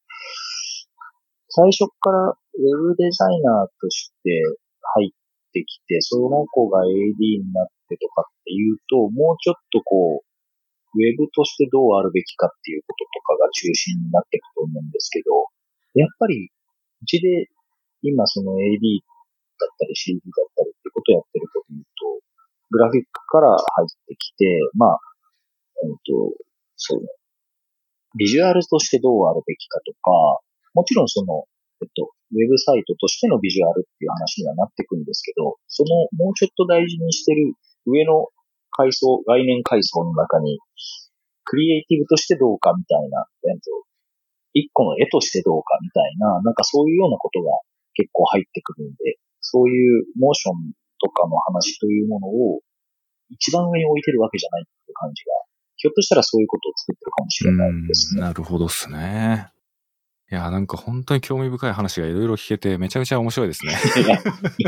最初からウェブデザイナーとして入ってきて、その子が AD になってとかっていうと、もうちょっとウェブとしてどうあるべきかっていうこととかが中心になっていくと思うんですけど、やっぱり、うちで今その AD だったり CD だったりってことをやってること言うと、グラフィックから入ってきて、そうね、ビジュアルとしてどうあるべきかとか、もちろんウェブサイトとしてのビジュアルっていう話にはなってくるんですけど、もうちょっと大事にしてる上の概念階層の中に、クリエイティブとしてどうかみたいな、一個の絵としてどうかみたいな、なんかそういうようなことが結構入ってくるんで、そういうモーションとかの話というものを一番上に置いてるわけじゃないっていう感じが、ひょっとしたらそういうことを作ってるかもしれないですね。 なるほどっすね。いや、なんか本当に興味深い話がいろいろ聞けてめちゃめちゃ面白いですね。 いや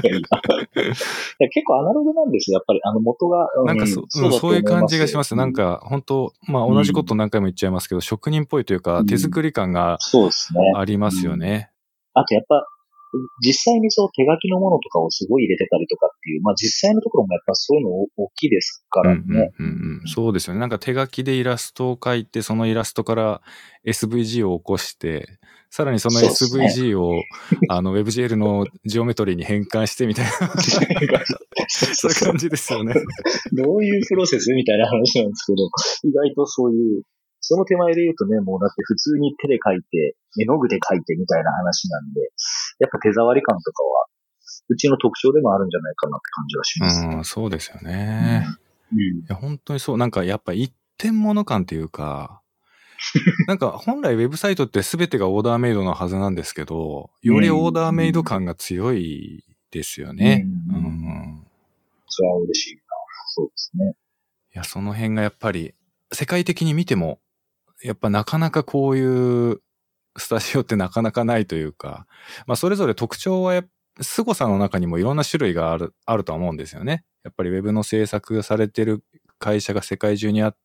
結構アナログなんですよ、やっぱり。元が。 なんかそういう感じがします。なんか本当、同じこと何回も言っちゃいますけど、職人っぽいというか、手作り感がありますよね。 あとやっぱ、実際に手書きのものとかをすごい入れてたりとかっていう、実際のところもやっぱそういうの大きいですからね。 そうですよね。なんか手書きでイラストを描いて、そのイラストから SVG を起こして、さらにその SVG を、WebGL のジオメトリーに変換してみたいな。そういう感じですよね。 どういうプロセスみたいな話なんですけど、意外とそういう、その手前で言うとね、もうだって普通に手で書いて、絵の具で書いてみたいな話なんで、やっぱ手触り感とかは、うちの特徴でもあるんじゃないかなって感じはします。 そうですよね。いや本当にそう、なんかやっぱ一点物感っていうか、なんか本来ウェブサイトって全てがオーダーメイドのはずなんですけど、よりオーダーメイド感が強いですよね。 それは嬉しいな。そうですね。 いや、その辺がやっぱり世界的に見ても、やっぱなかなかこういうスタジオってなかなかないというか、それぞれ特徴は凄さの中にもいろんな種類があるとは思うんですよね。やっぱりウェブの制作されてる会社が世界中にあって、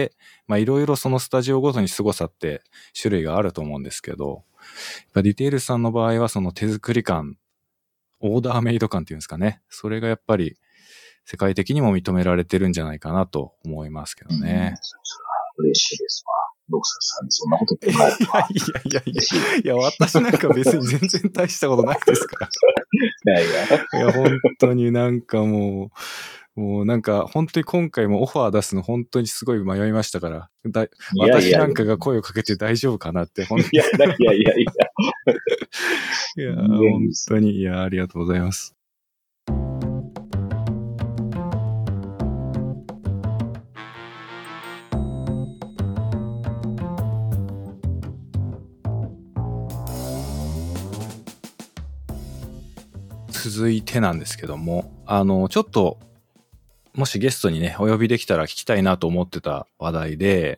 いろいろそのスタジオごとに凄さって種類があると思うんですけど、やっぱディテールさんの場合はその手作り感、オーダーメイド感っていうんですかね。それがやっぱり世界的にも認められてるんじゃないかなと思いますけどね。 嬉しいですわ。ロクサさんにそんなこと言ってもらえるいや、私なんか別に全然大したことないですから。いや、本当になんかもうなんか本当に今回もオファー出すの本当にすごい迷いましたから、私なんかが声をかけて大丈夫かなって、本当に。 いや、 本当に、ありがとうございます。続いてなんですけども、ちょっと、もしゲストにね、お呼びできたら聞きたいなと思ってた話題で、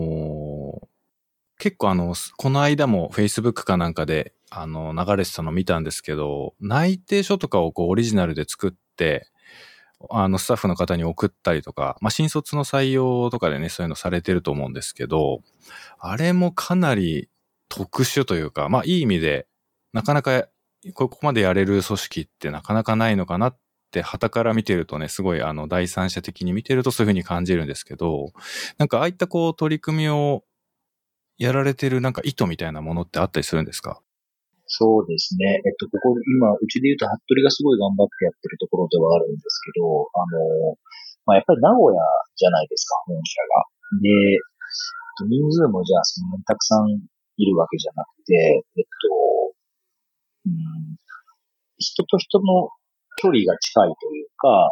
結構この間も Facebook かなんかで、流れてたの見たんですけど、内定書とかをオリジナルで作って、 スタッフの方に送ったりとか、まあ、新卒の採用とかでね、そういうのされてると思うんですけど、あれもかなり特殊というか、まあ、いい意味で、なかなか、ここまでやれる組織ってなかなかないのかなって、傍から見てるとね、すごい、第三者的に見てるとそういうふうに感じるんですけど、なんか、ああいったこう、取り組みをやられてるなんか意図みたいなものってあったりするんですか？ そうですね。ここ、今、うちで言うと、服部がすごい頑張ってやってるところではあるんですけど、まあ、やっぱり名古屋じゃないですか、本社が。で、人数もじゃあそんなにたくさんいるわけじゃなくて、うん、人と人の距離が近いというか、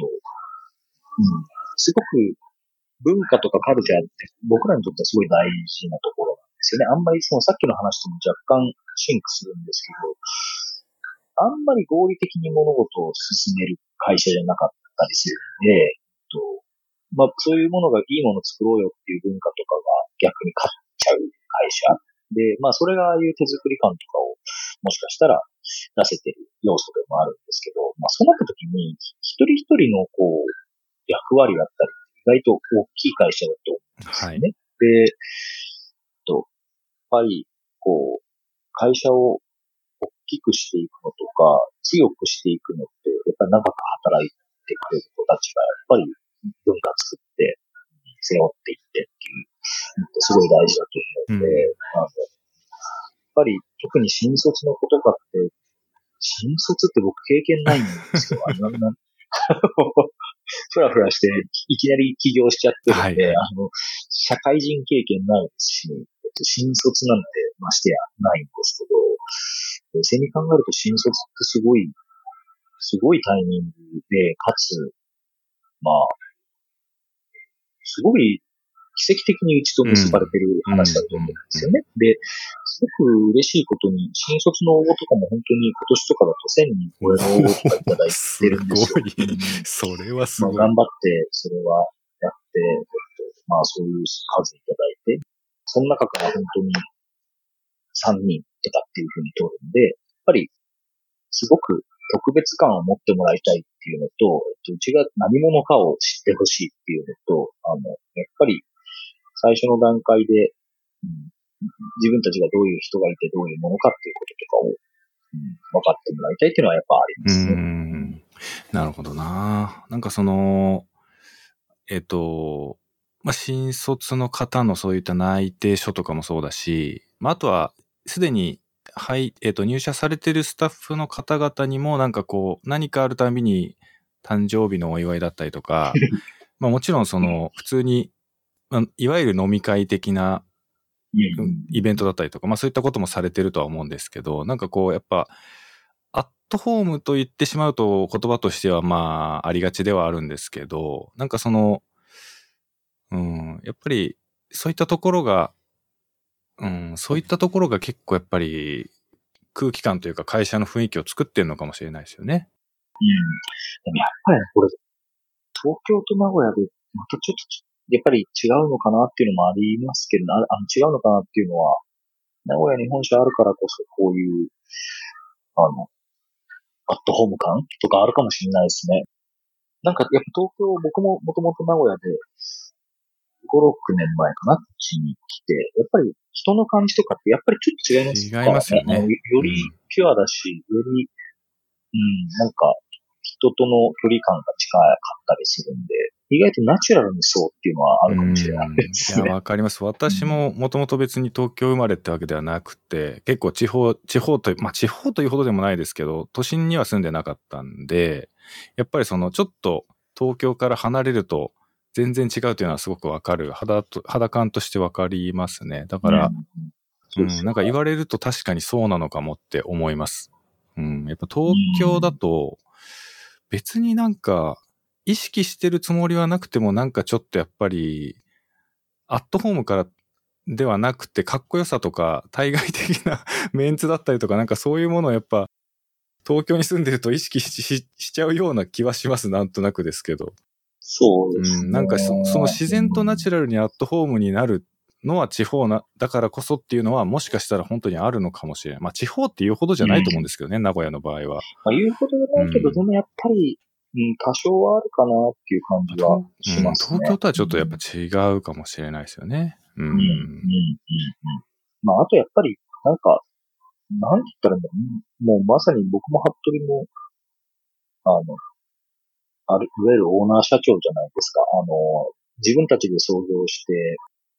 すごく文化とかカルチャーって僕らにとってはすごい大事なところなんですよね。あんまりそのさっきの話とも若干シンクするんですけど、あんまり合理的に物事を進める会社じゃなかったりするんで、まあそういうものがいいものを作ろうよっていう文化とかが逆に勝っちゃう会社。で、まあそれがああいう手作り感とかをもしかしたら出せてる要素でもあるんですけど、まあそうなった時に一人一人のこう役割だったり、意外と大きい会社だと思うんですよね。で、やっぱりこう会社を大きくしていくのとか、強くしていくのって、やっぱり長く働いてくれる子たちが、やっぱり文化作って、背負っていってっていうのってすごい大事だと思うので、やっぱり特に新卒の子とかって、新卒って僕経験ないんですよ。ふらふらしていきなり起業しちゃってるんで、社会人経験ないですし、新卒なんてましてやないんですけど、冷静に考えると新卒ってすごいタイミングで、かつ、まあ、すごい奇跡的にうちと結ばれてる話だと思うんですよね。で、すごく嬉しいことに、新卒の応募とかも本当に今年とかだと1000人超えの応募とかいただいてるんですよ。 それはすごい。 まあ、頑張ってそれはやって、まあそういう数いただいて、その中から本当に3人とかっていうふうに取るんで、やっぱりすごく特別感を持ってもらいたいっていうのと、うちが何者かを知ってほしいっていうのと、やっぱり最初の段階で、自分たちがどういう人がいてどういうものかっていうこととかを、分かってもらいたいっていうのはやっぱありますね。 なるほどな。なんかその、まあ、新卒の方のそういった内定書とかもそうだし、まあ、あとはすでにはい、入社されてるスタッフの方々にもなんかこう何かあるたびに誕生日のお祝いだったりとか、まあもちろんその普通に、まあ、いわゆる飲み会的なイベントだったりとか、まあそういったこともされてるとは思うんですけど、なんかこうやっぱアットホームと言ってしまうと言葉としてはまあありがちではあるんですけど、なんかその、やっぱりそういったところが、そういったところが結構やっぱり空気感というか会社の雰囲気を作ってるのかもしれないですよね。 でもやっぱりこれ、東京と名古屋でまたちょっと、やっぱり違うのかなっていうのもありますけど、違うのかなっていうのは、名古屋に本社あるからこそこういう、アットホーム感とかあるかもしれないですね。なんかやっぱ東京、僕ももともと名古屋で5、6年前かな、こっちに来て、やっぱり人の感じとかってやっぱりちょっと違いますか違いますよね。 よりピュアだし、より、なんか人との距離感が近かったりするんで、意外とナチュラルにそうっていうのはあるかもしれないですね。 いや、わかります。私ももともと別に東京生まれってわけではなくて、結構地方と、まあ地方というほどでもないですけど、都心には住んでなかったんで、やっぱりそのちょっと東京から離れると全然違うというのはすごくわかる。肌感としてわかりますね。だから、なんか言われると確かにそうなのかもって思います。やっぱ東京だと別になんか意識してるつもりはなくてもなんかちょっとやっぱりアットホームからではなくてかっこよさとか対外的なメンツだったりとかなんかそういうものをやっぱ東京に住んでると意識 しちゃうような気はします。なんとなくですけど。 そうですね。 なんかその自然とナチュラルにアットホームになるのは地方だからこそっていうのはもしかしたら本当にあるのかもしれない。まあ地方っていうほどじゃないと思うんですけどね、名古屋の場合は。 まあ言うほどじゃないけど、でもやっぱり多少はあるかなっていう感じはしますね。 東京とはちょっとやっぱ違うかもしれないですよね。 まあ、あとやっぱり、なんか、なんて言ったらいいんだろう。もうまさに僕も服部も、あの、いわゆるオーナー社長じゃないですか。自分たちで創業して、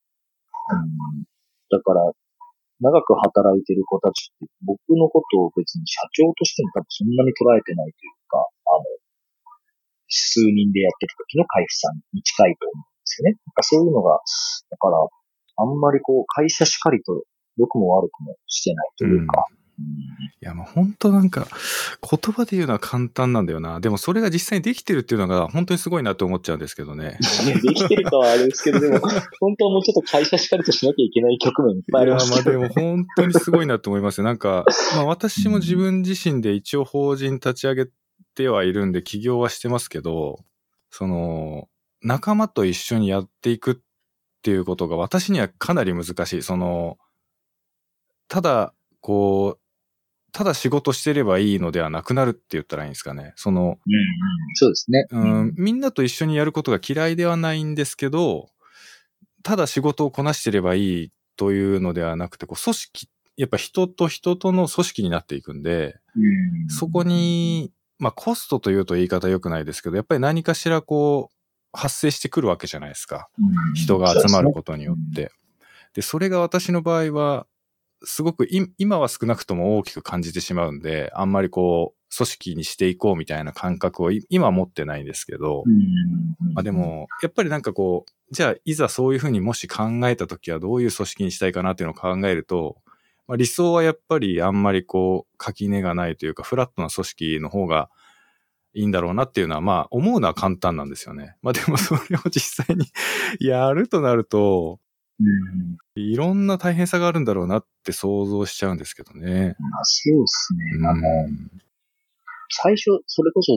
だから、長く働いてる子たちって僕のことを別に社長としても多分そんなに捉えてないというか、数人でやってる時の海部さんに近いと思うんですよね。なんかそういうのが、だから、あんまりこう、会社しかりと良くも悪くもしてないというか。 いや、もう本当なんか、言葉で言うのは簡単なんだよな。でもそれが実際にできてるっていうのが本当にすごいなと思っちゃうんですけどね。 できてるかはあれですけど、でも、本当はもうちょっと会社しかりとしなきゃいけない局面いっぱいありますけど、ね。 いや、まあでも本当にすごいなと思いますよ。なんか、まあ私も自分自身で一応法人立ち上げてはいるんで起業はしてますけど、仲間と一緒にやっていくっていうことが私にはかなり難しい。ただ、ただ仕事してればいいのではなくなるって言ったらいいんですかね。 そうですね。 みんなと一緒にやることが嫌いではないんですけど、ただ仕事をこなしてればいいというのではなくて、組織、やっぱ人と人との組織になっていくんで、そこに、まあコストというと言い方良くないですけど、やっぱり何かしら発生してくるわけじゃないですか。人が集まることによって。で、それが私の場合は、すごく今は少なくとも大きく感じてしまうんで、あんまり組織にしていこうみたいな感覚を今は持ってないんですけど、まあでも、やっぱりなんかじゃあいざそういうふうにもし考えたときはどういう組織にしたいかなっていうのを考えると、まあ、理想はやっぱりあんまり垣根がないというか、フラットな組織の方がいいんだろうなっていうのは、まあ思うのは簡単なんですよね。まあでもそれを実際にやるとなると、いろんな大変さがあるんだろうなって想像しちゃうんですけどね。 まあ、そうですね。最初、それこそ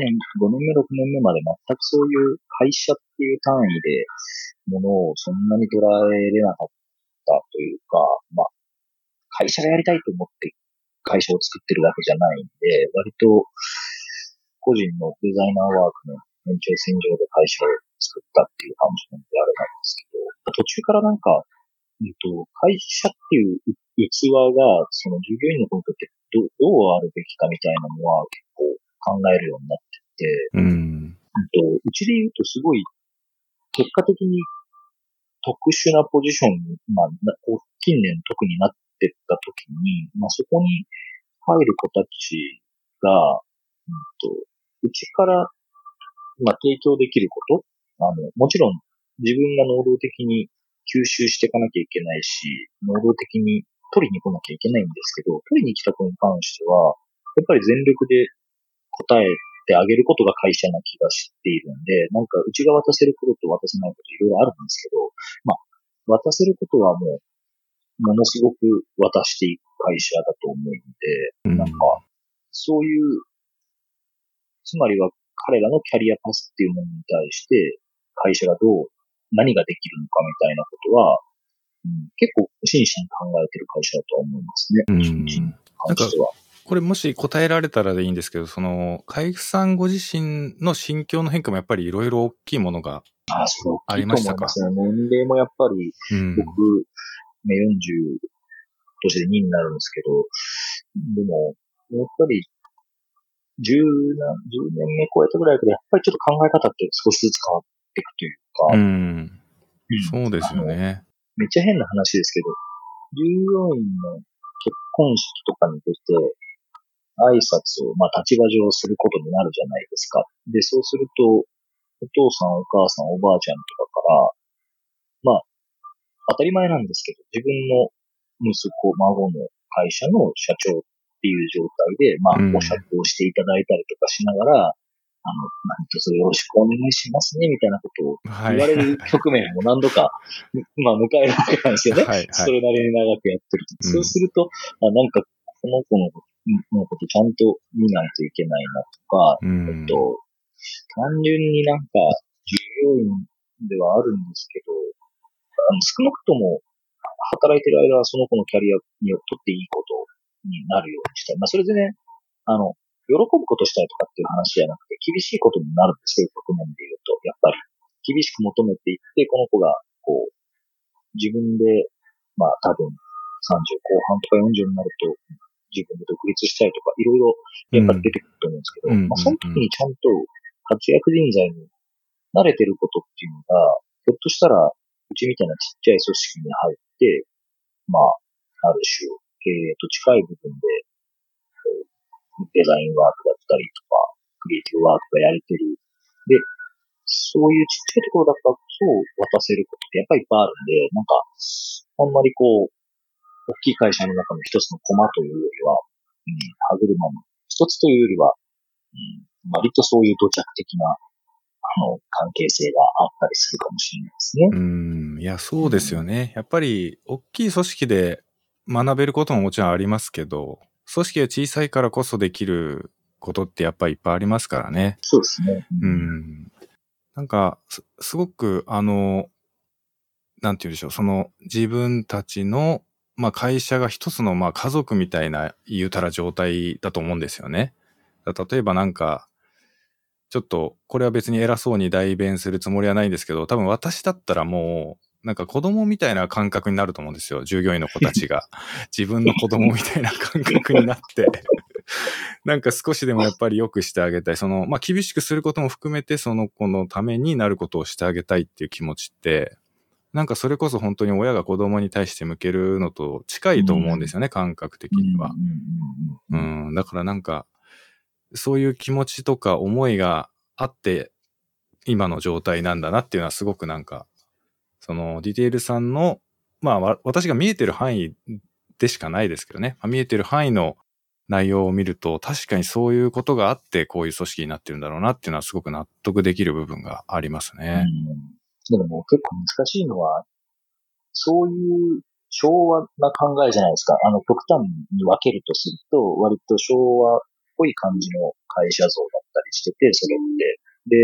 5年目、6年目まで全くそういう会社っていう単位でものをそんなに捉えれなかったというか、まあ、会社がやりたいと思って会社を作ってるわけじゃないんで、割と個人のデザイナーワークの延長線上で会社を作ったっていう感じなんであれなんですけど、途中からなんか、会社っていう器が、その従業員のことってどうあるべきかみたいなのは結構考えるようになってて、うちで言うとすごい結果的に特殊なポジションに、まあ、近年特になってった時に、まあそこに入る子たちが、うちから、まあ提供できること、もちろん自分が能動的に吸収していかなきゃいけないし、能動的に取りに来なきゃいけないんですけど、取りに来た子に関しては、やっぱり全力で答えてあげることが会社な気がしているんで、なんかうちが渡せることと渡せないこといろいろあるんですけど、まあ、渡せることはもう、ものすごく渡していく会社だと思うので、なんか、そういう、つまりは彼らのキャリアパスっていうものに対して、会社が何ができるのかみたいなことは、結構真摯に考えてる会社だと思いますね。 なんか、これもし答えられたらでいいんですけど、海部さんご自身の心境の変化もやっぱりいろいろ大きいものがありましたか？ そう、大きいと思いますね。年齢もやっぱり、僕、40年で2になるんですけど、でも、やっぱり10年目超えたぐらいから、やっぱりちょっと考え方って少しずつ変わっていくというか、 そうですよね。 めっちゃ変な話ですけど、従業員の結婚式とかに出て、挨拶を、まあ、立場上することになるじゃないですか。で、そうすると、お父さん、お母さん、おばあちゃんとかから、まあ、当たり前なんですけど、自分の息子、孫の会社の社長っていう状態で、まあ、お酌をしていただいたりとかしながら、何卒よろしくお願いしますね、みたいなことを言われる局面も何度か、まあ、迎えるわけなんですよね。それなりに長くやってると。そうすると、なんか、この子のことちゃんと見ないといけないなとか、単純になんか、従業員ではあるんですけど、少なくとも、働いてる間はその子のキャリアにとっていいことになるようにしたい。まあ、それでね、 喜ぶことしたいとかっていう話じゃなくて、厳しいことになるんですよ、局面で言うと。やっぱり、厳しく求めていって、この子が、こう、自分で、まあ多分、30後半とか40になると、自分で独立したいとか、いろいろ、やっぱり出てくると思うんですけど、まあその時にちゃんと活躍人材に慣れてることっていうのが、ひょっとしたら、うちみたいなちっちゃい組織に入って、まあ、ある種、経営と近い部分で、デザインワークだったりとか、クリエイティブワークがやれてる。で、そういうちっちゃいところだからこそ渡せることってやっぱりいっぱいあるんで、なんか、あんまりこう、大きい会社の中の一つのコマというよりは、歯車の一つというよりは、割とそういう土着的な、関係性があったりするかもしれないですね。 いや、そうですよね。やっぱり、大きい組織で学べることももちろんありますけど、組織が小さいからこそできることってやっぱりいっぱいありますからね。 そうですね。 なんか、すごく、なんて言うんでしょう、その自分たちの、まあ会社が一つのまあ家族みたいな言うたら状態だと思うんですよね。例えばなんか、ちょっと、これは別に偉そうに代弁するつもりはないんですけど、多分私だったらもう、なんか子供みたいな感覚になると思うんですよ。従業員の子たちが。自分の子供みたいな感覚になって。なんか少しでもやっぱり良くしてあげたい。まあ厳しくすることも含めて、その子のためになることをしてあげたいっていう気持ちって、なんかそれこそ本当に親が子供に対して向けるのと近いと思うんですよね、感覚的には。だからなんか、そういう気持ちとか思いがあって、今の状態なんだなっていうのはすごくなんか、そのディテールさんの、まあ私が見えてる範囲でしかないですけどね、見えてる範囲の内容を見ると、確かにそういうことがあって、こういう組織になってるんだろうなっていうのはすごく納得できる部分がありますね。 でも結構難しいのは、そういう昭和な考えじゃないですか。極端に分けるとすると、割と昭和っぽい感じの会社像だったりしてて、それって。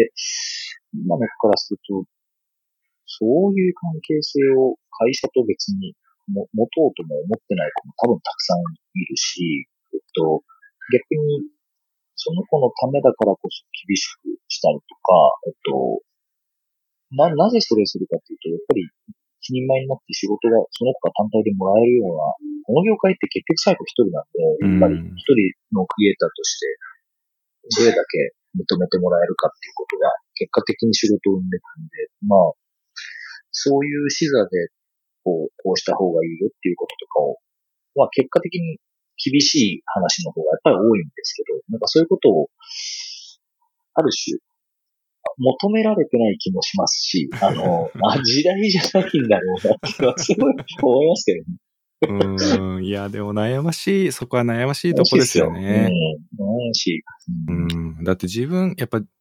で、今の子からすると、そういう関係性を会社と別に持とうとも思ってない子も多分たくさんいるし、逆にその子のためだからこそ厳しくしたりとか、なぜそれをするかっていうと、やっぱり一人前になって仕事がその子が単体でもらえるような、この業界って結局最後一人なんで、やっぱり一人のクリエイターとして、どれだけ認めてもらえるかっていうことが結果的に仕事を生んでいくんで、まあ、そういう視座で、こうした方がいいよっていうこととかを、まあ結果的に厳しい話の方がやっぱり多いんですけど、なんかそういうことを、ある種、求められてない気もしますし、時代じゃないんだろうなってはすごい思いますけどね。いや、でもそこは悩ましいとこですよね。 悩ましい。 だって自分、やっぱ、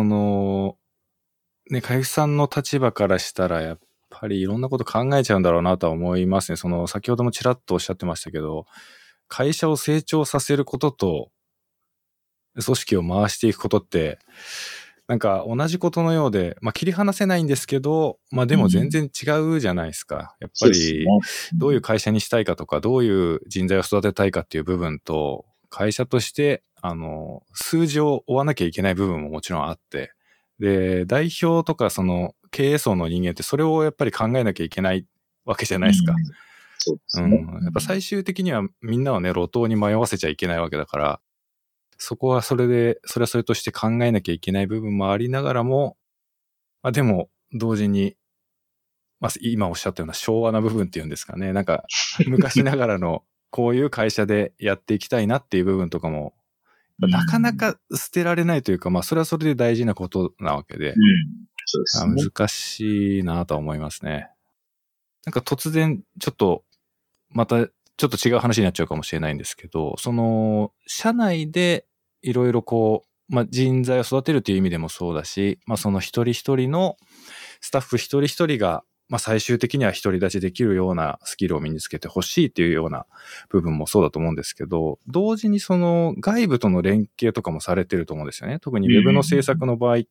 ね、かゆさんの立場からしたら、やっぱりいろんなこと考えちゃうんだろうなとは思いますね。先ほどもちらっとおっしゃってましたけど、会社を成長させることと、組織を回していくことって、なんか同じことのようで、切り離せないんですけど、でも全然違うじゃないですか。やっぱり、どういう会社にしたいかとか、どういう人材を育てたいかっていう部分と、会社として、数字を追わなきゃいけない部分ももちろんあって、で、代表とか経営層の人間ってそれをやっぱり考えなきゃいけないわけじゃないですか。 そうですね。 やっぱ最終的にはみんなをね、路頭に迷わせちゃいけないわけだから、そこはそれはそれとして考えなきゃいけない部分もありながらも、でも、同時に、今おっしゃったような昭和な部分っていうんですかね。なんか、昔ながらの、こういう会社でやっていきたいなっていう部分とかも、なかなか捨てられないというか、それはそれで大事なことなわけで、 そうですね。 難しいなとは思いますね。なんか突然、ちょっと、また、ちょっと違う話になっちゃうかもしれないんですけど、社内でいろいろ人材を育てるという意味でもそうだし、その一人一人のスタッフ一人一人が、最終的には独り立ちできるようなスキルを身につけてほしいっていうような部分もそうだと思うんですけど、同時に外部との連携とかもされてると思うんですよね。特にウェブの制作の場合って、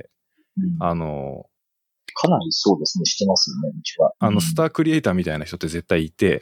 かなりそうですね、してますよね、うちは。 スタークリエイターみたいな人って絶対いて、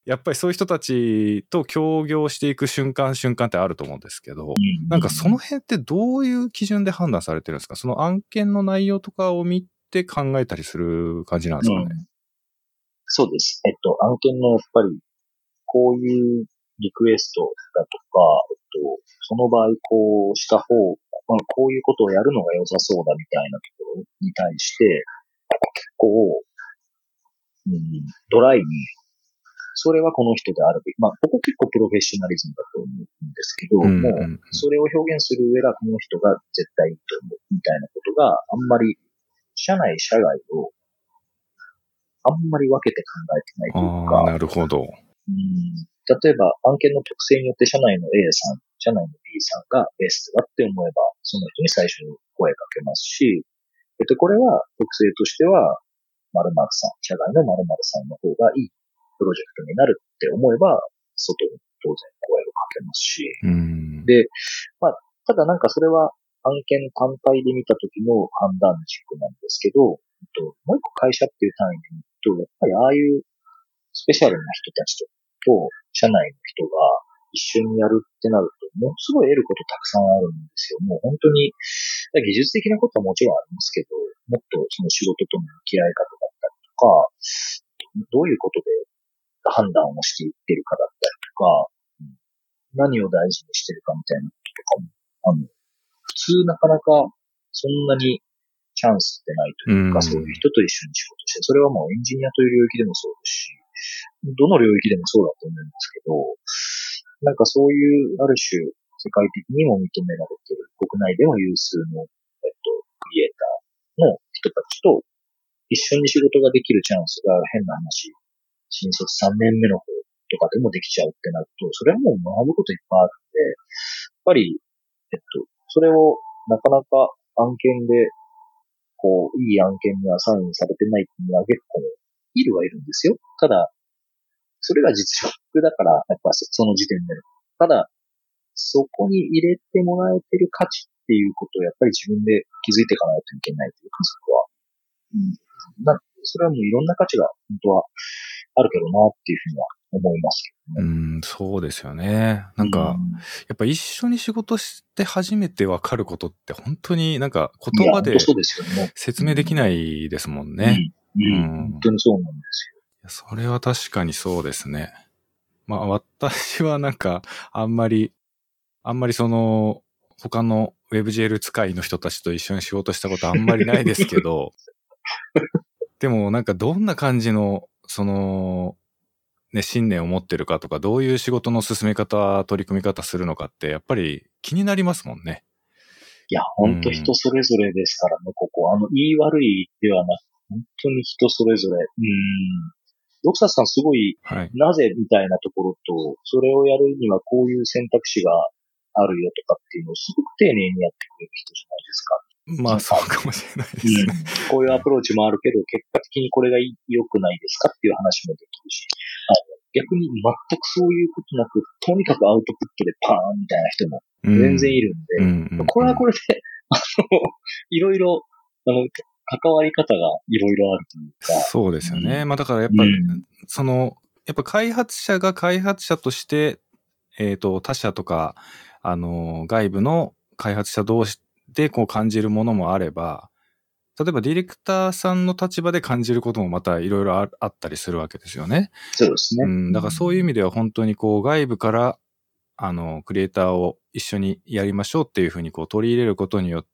やっぱりそういう人たちと協業していく瞬間ってあると思うんですけど、なんかその辺ってどういう基準で判断されてるんですか？その案件の内容とかを見て考えたりする感じなんですかね？ そうです。案件のやっぱり、こういうリクエストだとか、その場合こうした方、こういうことをやるのが良さそうだみたいなところに対して、結構、ドライに、それはこの人であるべき。ここ結構プロフェッショナリズムだと思うんですけど、もう、それを表現する上はこの人が絶対いいと思うみたいなことがあんまり、社外をあんまり分けて考えてないというか、 なるほど。 例えば案件の特性によって社内の A さん、社内の B さんがベストだって思えば、その人に最初に声かけますし、これは特性としては、〇〇さん、社外の〇〇さんの方がいいプロジェクトになるって思えば、外に当然声をかけますし、で、ただなんかそれは案件単体で見た時の判断軸なんですけど、もう一個会社っていう単位で見ると、やっぱりああいうスペシャルな人たちと、社内の人が一緒にやるってなると、ものすごい得ることたくさんあるんですよ。もう本当に、技術的なことはもちろんありますけど、もっとその仕事との向き合い方だったりとか、どういうことで判断をしていってるかだったりとか、何を大事にしてるかみたいなこととかも、普通なかなかそんなにチャンスってないというか、そういう人と一緒に仕事して、それはもうエンジニアという領域でもそうですし、どの領域でもそうだと思うんですけど、なんかそういう、ある種、世界的にも認められている、国内でも有数の、クリエイターの人たちと一緒に仕事ができるチャンスが変な話、新卒3年目の方とかでもできちゃうってなると、それはもう学ぶこといっぱいあるんで、やっぱり、それをなかなか案件で、いい案件にはサインされてないっていうのは結構いるはいるんですよ。ただ、それが実力だから、やっぱその時点で。ただ、そこに入れてもらえてる価値っていうことをやっぱり自分で気づいていかないといけないというか、そこは。それはもういろんな価値が本当はあるけどなっていうふうには思いますけどね。 そうですよね。なんか、やっぱ一緒に仕事して初めてわかることって本当になんか言葉で説明できないですもんね。 本当にそうなんですよ。それは確かにそうですね。私はなんかあんまりその他の WebGL 使いの人たちと一緒に仕事したことあんまりないですけど、でもなんかどんな感じのその信念を持ってるかとか、どういう仕事の進め方、取り組み方するのかって、やっぱり気になりますもんね。 いや、本当人それぞれですからね、ここ。言い悪いではなく、本当に人それぞれ。ドクサスさんすごい、なぜみたいなところと、それをやるにはこういう選択肢があるよとかっていうのをすごく丁寧にやってくれる人じゃないですか。 そうかもしれないですね。 こういうアプローチもあるけど、結果的にこれが良くないですかっていう話もできるし、逆に全くそういうことなく、とにかくアウトプットでパーンみたいな人も全然いるんで、これはこれで、いろいろ、関わり方がいろいろあるというか。 そうですよね。だからやっぱ、やっぱ開発者が開発者として、他社とか、外部の開発者同士でこう感じるものもあれば、例えばディレクターさんの立場で感じることもまたいろいろあったりするわけですよね。 そうですね。 だからそういう意味では本当にこう外部からクリエイターを一緒にやりましょうっていうふうにこう取り入れることによって、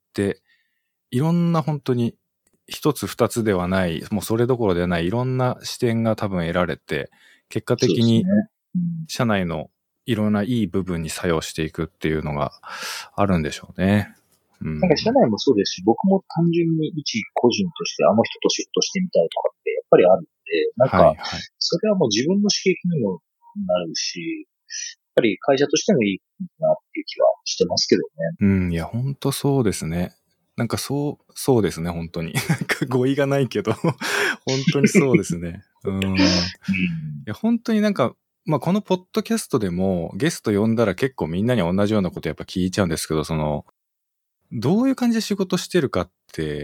いろんな本当に一つ二つではない、もうそれどころではないいろんな視点が多分得られて、結果的に社内のいろんないい部分に作用していくっていうのがあるんでしょうね。 なんか社内もそうですし、僕も単純に一個人としてあの人と仕事してみたいとかってやっぱりあるんで、なんか、それはもう自分の刺激にもなるし、やっぱり会社としてもいいなっていう気はしてますけどね。いや、本当そうですね。なんかそうですね、本当に。なんか語彙がないけど、本当にそうですね。いや、本当になんか、このポッドキャストでもゲスト呼んだら結構みんなに同じようなことやっぱ聞いちゃうんですけど、どういう感じで仕事してるかって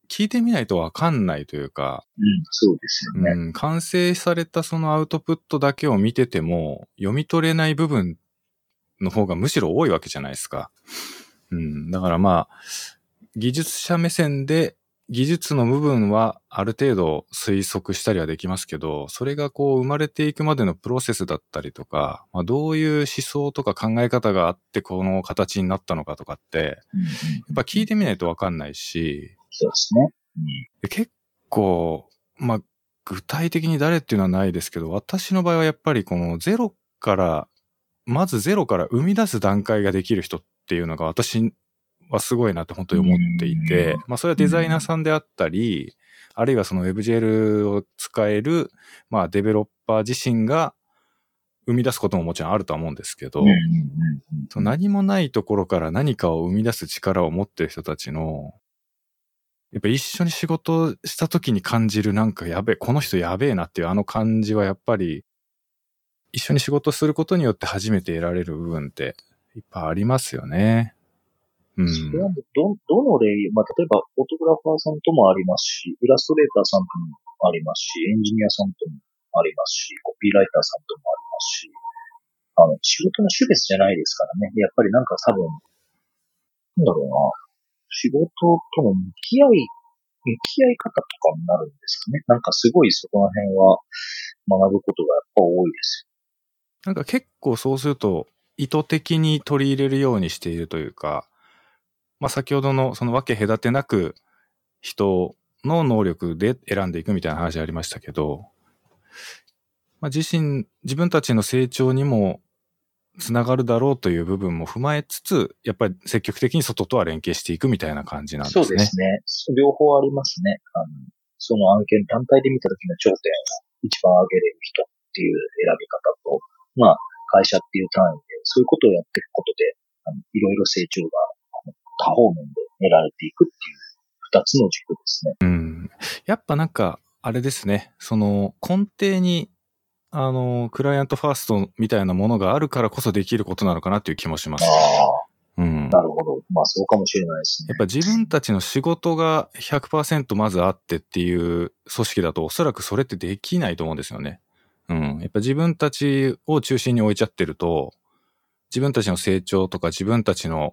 聞いてみないとわかんないというか、 そうですよね。 完成されたそのアウトプットだけを見てても、読み取れない部分の方がむしろ多いわけじゃないですか。だからまあ、技術者目線で技術の部分はある程度推測したりはできますけど、それがこう生まれていくまでのプロセスだったりとか、どういう思想とか考え方があってこの形になったのかとかって、やっぱ聞いてみないとわかんないし、 そうですね。 結構、具体的に誰っていうのはないですけど、私の場合はやっぱりこのまずゼロから生み出す段階ができる人っていうのが私はすごいなって本当に思っていて、それはデザイナーさんであったり、あるいはその WebGL を使える、デベロッパー自身が生み出すことももちろんあるとは思うんですけど、何もないところから何かを生み出す力を持っている人たちの、やっぱ一緒に仕事した時に感じるなんかこの人やべえなっていうあの感じはやっぱり一緒に仕事することによって初めて得られる部分っていっぱいありますよね。 それはどの例、例えば、フォトグラファーさんともありますし、イラストレーターさんともありますし、エンジニアさんともありますし、コピーライターさんともありますし、仕事の種別じゃないですからね。やっぱりなんか多分、なんだろうな、仕事との向き合い方とかになるんですかね。なんかすごいそこら辺は学ぶことがやっぱ多いですよ。なんか結構そうすると意図的に取り入れるようにしているというか、先ほどのその分け隔てなく人の能力で選んでいくみたいな話ありましたけど、自分たちの成長にもつながるだろうという部分も踏まえつつ、やっぱり積極的に外とは連携していくみたいな感じなんですね。 そうですね。両方ありますね。その案件単体で見た時の頂点を一番上げれる人っていう選び方と、会社っていう単位でそういうことをやっていくことで、いろいろ成長が多方面で得られていくっていう二つの軸ですね。 やっぱなんか、あれですね。その根底に、クライアントファーストみたいなものがあるからこそできることなのかなっていう気もします。 なるほど。そうかもしれないですね。 やっぱ自分たちの仕事が 100% まずあってっていう組織だとおそらくそれってできないと思うんですよね。やっぱ自分たちを中心に置いちゃってると、自分たちの成長とか自分たちの、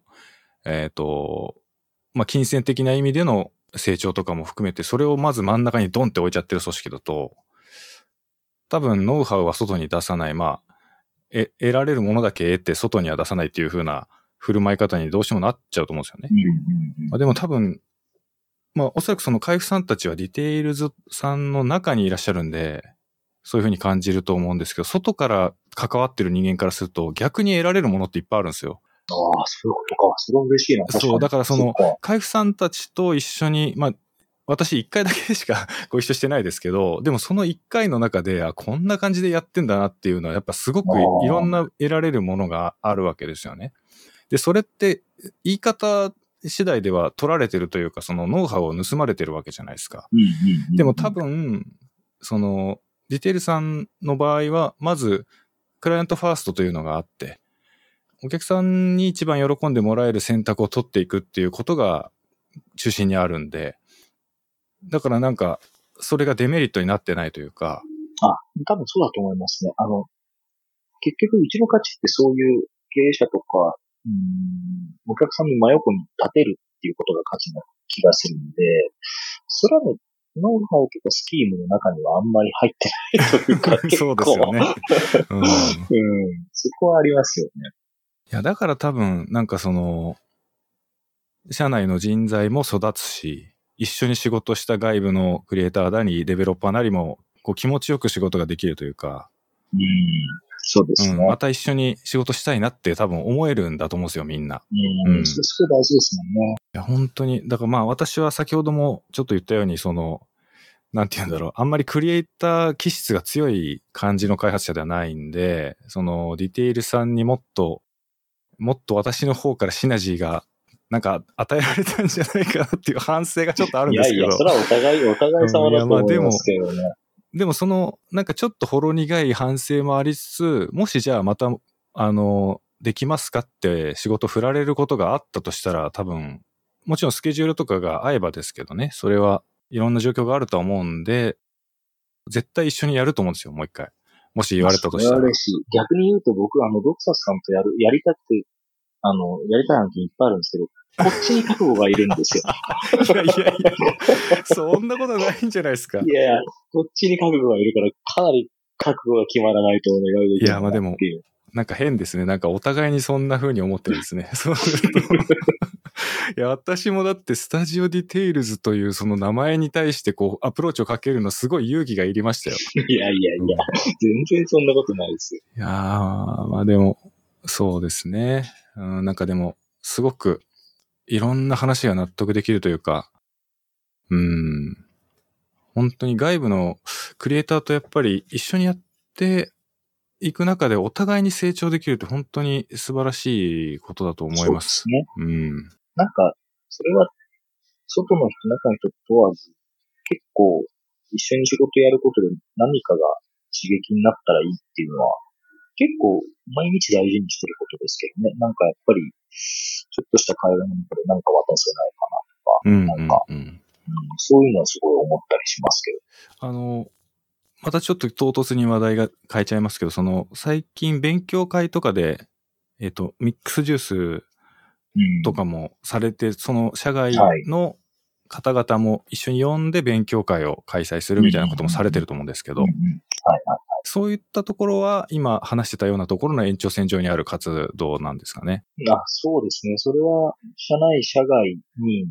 金銭的な意味での成長とかも含めて、それをまず真ん中にドンって置いちゃってる組織だと、多分ノウハウは外に出さない、得られるものだけ得て外には出さないっていう風な振る舞い方にどうしてもなっちゃうと思うんですよね。でも多分、おそらくその海部さんたちはディテイルズさんの中にいらっしゃるんで、そういう風に感じると思うんですけど、外から関わってる人間からすると逆に得られるものっていっぱいあるんですよ。 そういうことか。すごい嬉しいな。 そう、だからその、海部さんたちと一緒に、私一回だけしかご一緒してないですけど、でもその一回の中で、こんな感じでやってんだなっていうのは、やっぱすごくいろんな得られるものがあるわけですよね。で、それって言い方次第では取られてるというか、そのノウハウを盗まれてるわけじゃないですか。でも多分、その、ディテールさんの場合は、まず、クライアントファーストというのがあって、お客さんに一番喜んでもらえる選択を取っていくっていうことが中心にあるんで、だからなんか、それがデメリットになってないというか。 多分そうだと思いますね。結局うちの価値ってそういう経営者とか、お客さんに真横に立てるっていうことが価値な気がするんで、それはね、ノウハウとかスキームの中にはあんまり入ってないというか、 そうですよね。 そこはありますよね。 いや、だから多分、なんかその、社内の人材も育つし、一緒に仕事した外部のクリエイターなり、デベロッパーなりも、気持ちよく仕事ができるというか、 そうですね。 また一緒に仕事したいなって多分思えるんだと思うんですよ、みんな。 それ大事ですもんね。 いや、本当に、だから私は先ほどもちょっと言ったように、その、なんて言うんだろう、あんまりクリエイター気質が強い感じの開発者ではないんで、その、ディテールさんにもっと私の方からシナジーが、なんか与えられたんじゃないかなっていう反省がちょっとあるんですけど。 それはお互い様だと思いますけどね。 でもその、なんかちょっとほろ苦い反省もありつつ、もしじゃあまた、できますかって仕事振られることがあったとしたら、多分、 もちろんスケジュールとかが合えばですけどね、それはいろんな状況があるとは思うんで、絶対一緒にやると思うんですよ、もう一回。もし言われたとしたら。 それは嬉しい。逆に言うと僕、ドクサスさんとやりたくて、やりたい案件いっぱいあるんですけど、こっちに覚悟がいるんですよ。 いやいやいや、そんなことないんじゃないですか。 いやいや、こっちに覚悟がいるから、かなり覚悟が決まらないとお願いできないなっていう。 いや、まあでも、なんか変ですね。なんかお互いにそんな風に思ってるんですね。そうすると。いや、私もだってスタジオディテイルズというその名前に対してこうアプローチをかけるのすごい勇気がいりましたよ。 いやいやいや、全然そんなことないですよ。 いやー、まあでも、そうですね。なんかでも、すごくいろんな話が納得できるというか、本当に外部のクリエイターとやっぱり一緒にやっていく中でお互いに成長できるって本当に素晴らしいことだと思います。 そうですね。なんか、それは、外の人、中の人問わず、結構、一緒に仕事やることで何かが刺激になったらいいっていうのは、結構、毎日大事にしてることですけどね。なんかやっぱり、ちょっとした会話の中で何か渡せないかなとか、そういうのはすごい思ったりしますけど。 またちょっと唐突に話題が変えちゃいますけど、最近勉強会とかで、ミックスジュースとかもされて、その社外の方々も一緒に呼んで勉強会を開催するみたいなこともされてると思うんですけど、そういったところは今話してたようなところの延長線上にある活動なんですかね。 そうですね。それは、社内、社外に、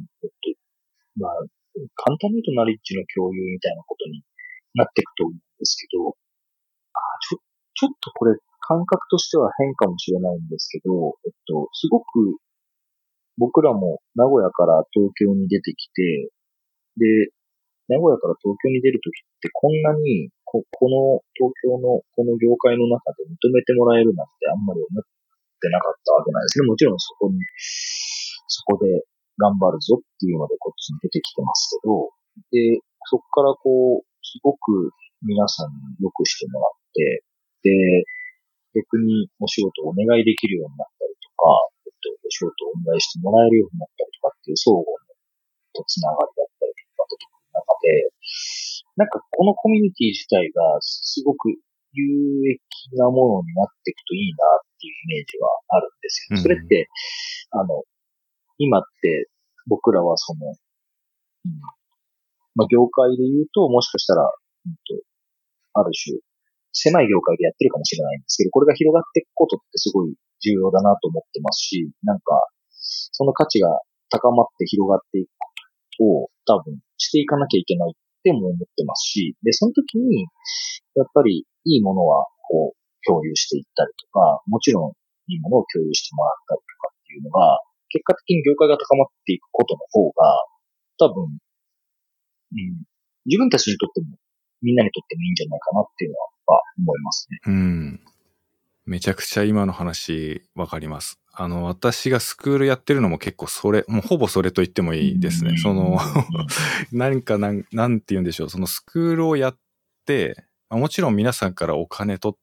簡単に言うとナレッジの共有みたいなことになっていくと思うんですけど、ちょっとこれ感覚としては変かもしれないんですけど、すごく僕らも名古屋から東京に出てきて、で、名古屋から東京に出るときってこんなにこの東京のこの業界の中で認めてもらえるなんてあんまり思ってなかったわけなんですね。もちろんそこで頑張るぞっていうのでこっちに出てきてますけど、で、そこからすごく皆さんに良くしてもらって、で、逆にお仕事をお願いできるようになったりとか、お仕事をお願いしてもらえるようになったりとかっていう相互のつながりだったりとか出てくる中で、なんかこのコミュニティ自体がすごく有益なものになっていくといいなっていうイメージはあるんですよ。それって、今って僕らは業界で言うともしかしたら、ある種、狭い業界でやってるかもしれないんですけど、これが広がっていくことってすごい重要だなと思ってますし、なんか、その価値が高まって広がっていくことを多分していかなきゃいけないっても思ってますし、で、その時に、やっぱりいいものは共有していったりとか、もちろんいいものを共有してもらったりとかっていうのが、結果的に業界が高まっていくことの方が、多分、自分たちにとっても、みんなにとってもいいんじゃないかなっていうのは思いますね。 めちゃくちゃ今の話わかります。私がスクールやってるのも結構もうほぼそれと言ってもいいですね。なんて言うんでしょう。そのスクールをやって、もちろん皆さんからお金取って、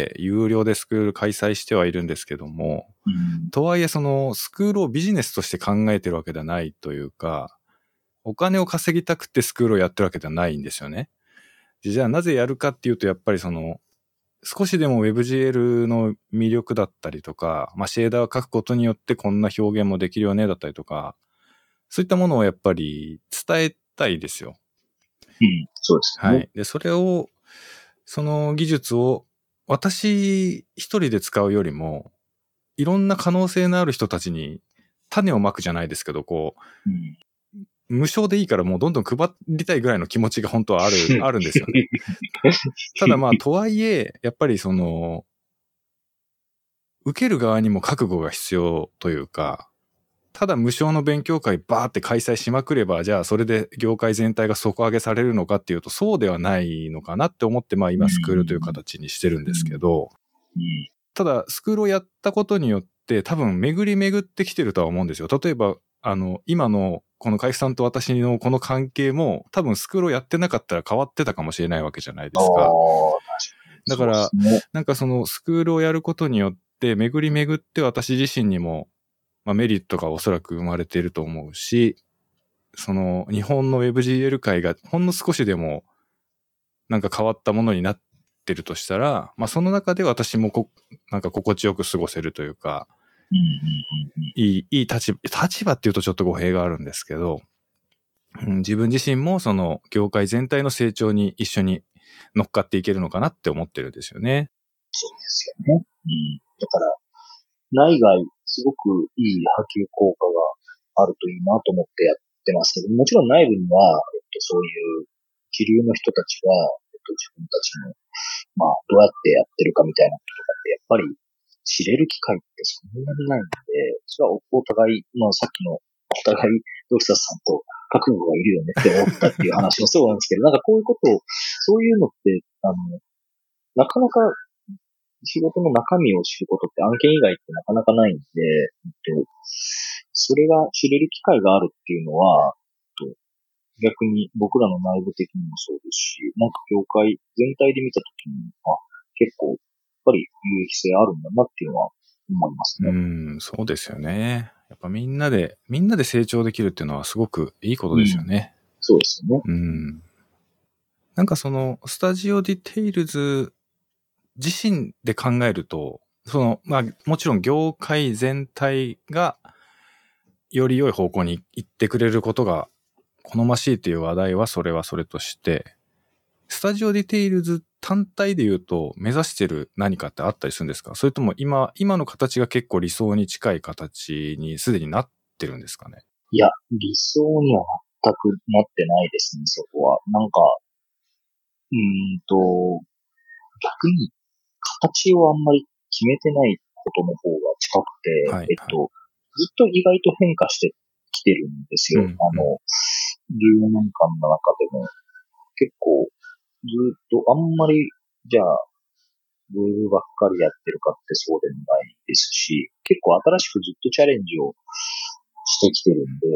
有料でスクール開催してはいるんですけども、とはいえそのスクールをビジネスとして考えてるわけではないというか、お金を稼ぎたくてスクールをやってるわけではないんですよね。じゃあなぜやるかっていうと、やっぱり少しでも WebGL の魅力だったりとか、シェーダーを書くことによってこんな表現もできるよねだったりとか、そういったものをやっぱり伝えたいですよ。 そうですね。 はい。で、その技術を私一人で使うよりも、いろんな可能性のある人たちに種をまくじゃないですけど、無償でいいからもうどんどん配りたいぐらいの気持ちが本当はあるんですよね。ただとはいえ、やっぱり受ける側にも覚悟が必要というか、ただ無償の勉強会バーって開催しまくれば、じゃあそれで業界全体が底上げされるのかっていうと、そうではないのかなって思って、今スクールという形にしてるんですけど、ただスクールをやったことによって多分巡り巡ってきてるとは思うんですよ。例えば、今のこの海部さんと私のこの関係も多分スクールをやってなかったら変わってたかもしれないわけじゃないですか。だから、なんかそのスクールをやることによって巡り巡って私自身にもまあ、メリットがおそらく生まれていると思うし、その日本の WebGL 界がほんの少しでもなんか変わったものになってるとしたら、まあその中で私もなんか心地よく過ごせるというか、いい立場っていうとちょっと語弊があるんですけど、自分自身もその業界全体の成長に一緒に乗っかっていけるのかなって思ってるんですよね。 そうですよね。だから、内外、すごくいい波及効果があるといいなと思ってやってますけど、もちろん内部には、そういう気流の人たちが、自分たちの、まあ、どうやってやってるかみたいなこととかって、やっぱり知れる機会ってそんなにないので、それはお互い、まあさっきのお互い、ドクサスさんと覚悟がいるよねって思ったっていう話もそうなんですけど、なんかこういうことを、そういうのって、なかなか仕事の中身を知ることって案件以外ってなかなかないんで、それが知れる機会があるっていうのは、逆に僕らの内部的にもそうですし、なんか業界全体で見たときに、結構、やっぱり有益性あるんだなっていうのは思いますね。 そうですよね。やっぱみんなで成長できるっていうのはすごくいいことですよね。 そうですよね。なんかその、スタジオディテイルズ自身で考えると、その、まあ、もちろん業界全体がより良い方向に行ってくれることが好ましいという話題はそれはそれとして、スタジオディテイルズ単体で言うと目指してる何かってあったりするんですか？それとも今の形が結構理想に近い形にすでになってるんですかね？ いや、理想には全くなってないですね、そこは。なんか、逆に形をあんまり決めてないことの方が近くて、 はい、はい。 ずっと意外と変化してきてるんですよ。10年間の中でも結構ずっとあんまり、じゃあ、ウェブばっかりやってるかってそうでもないですし、結構新しくずっとチャレンジをしてきてるんで、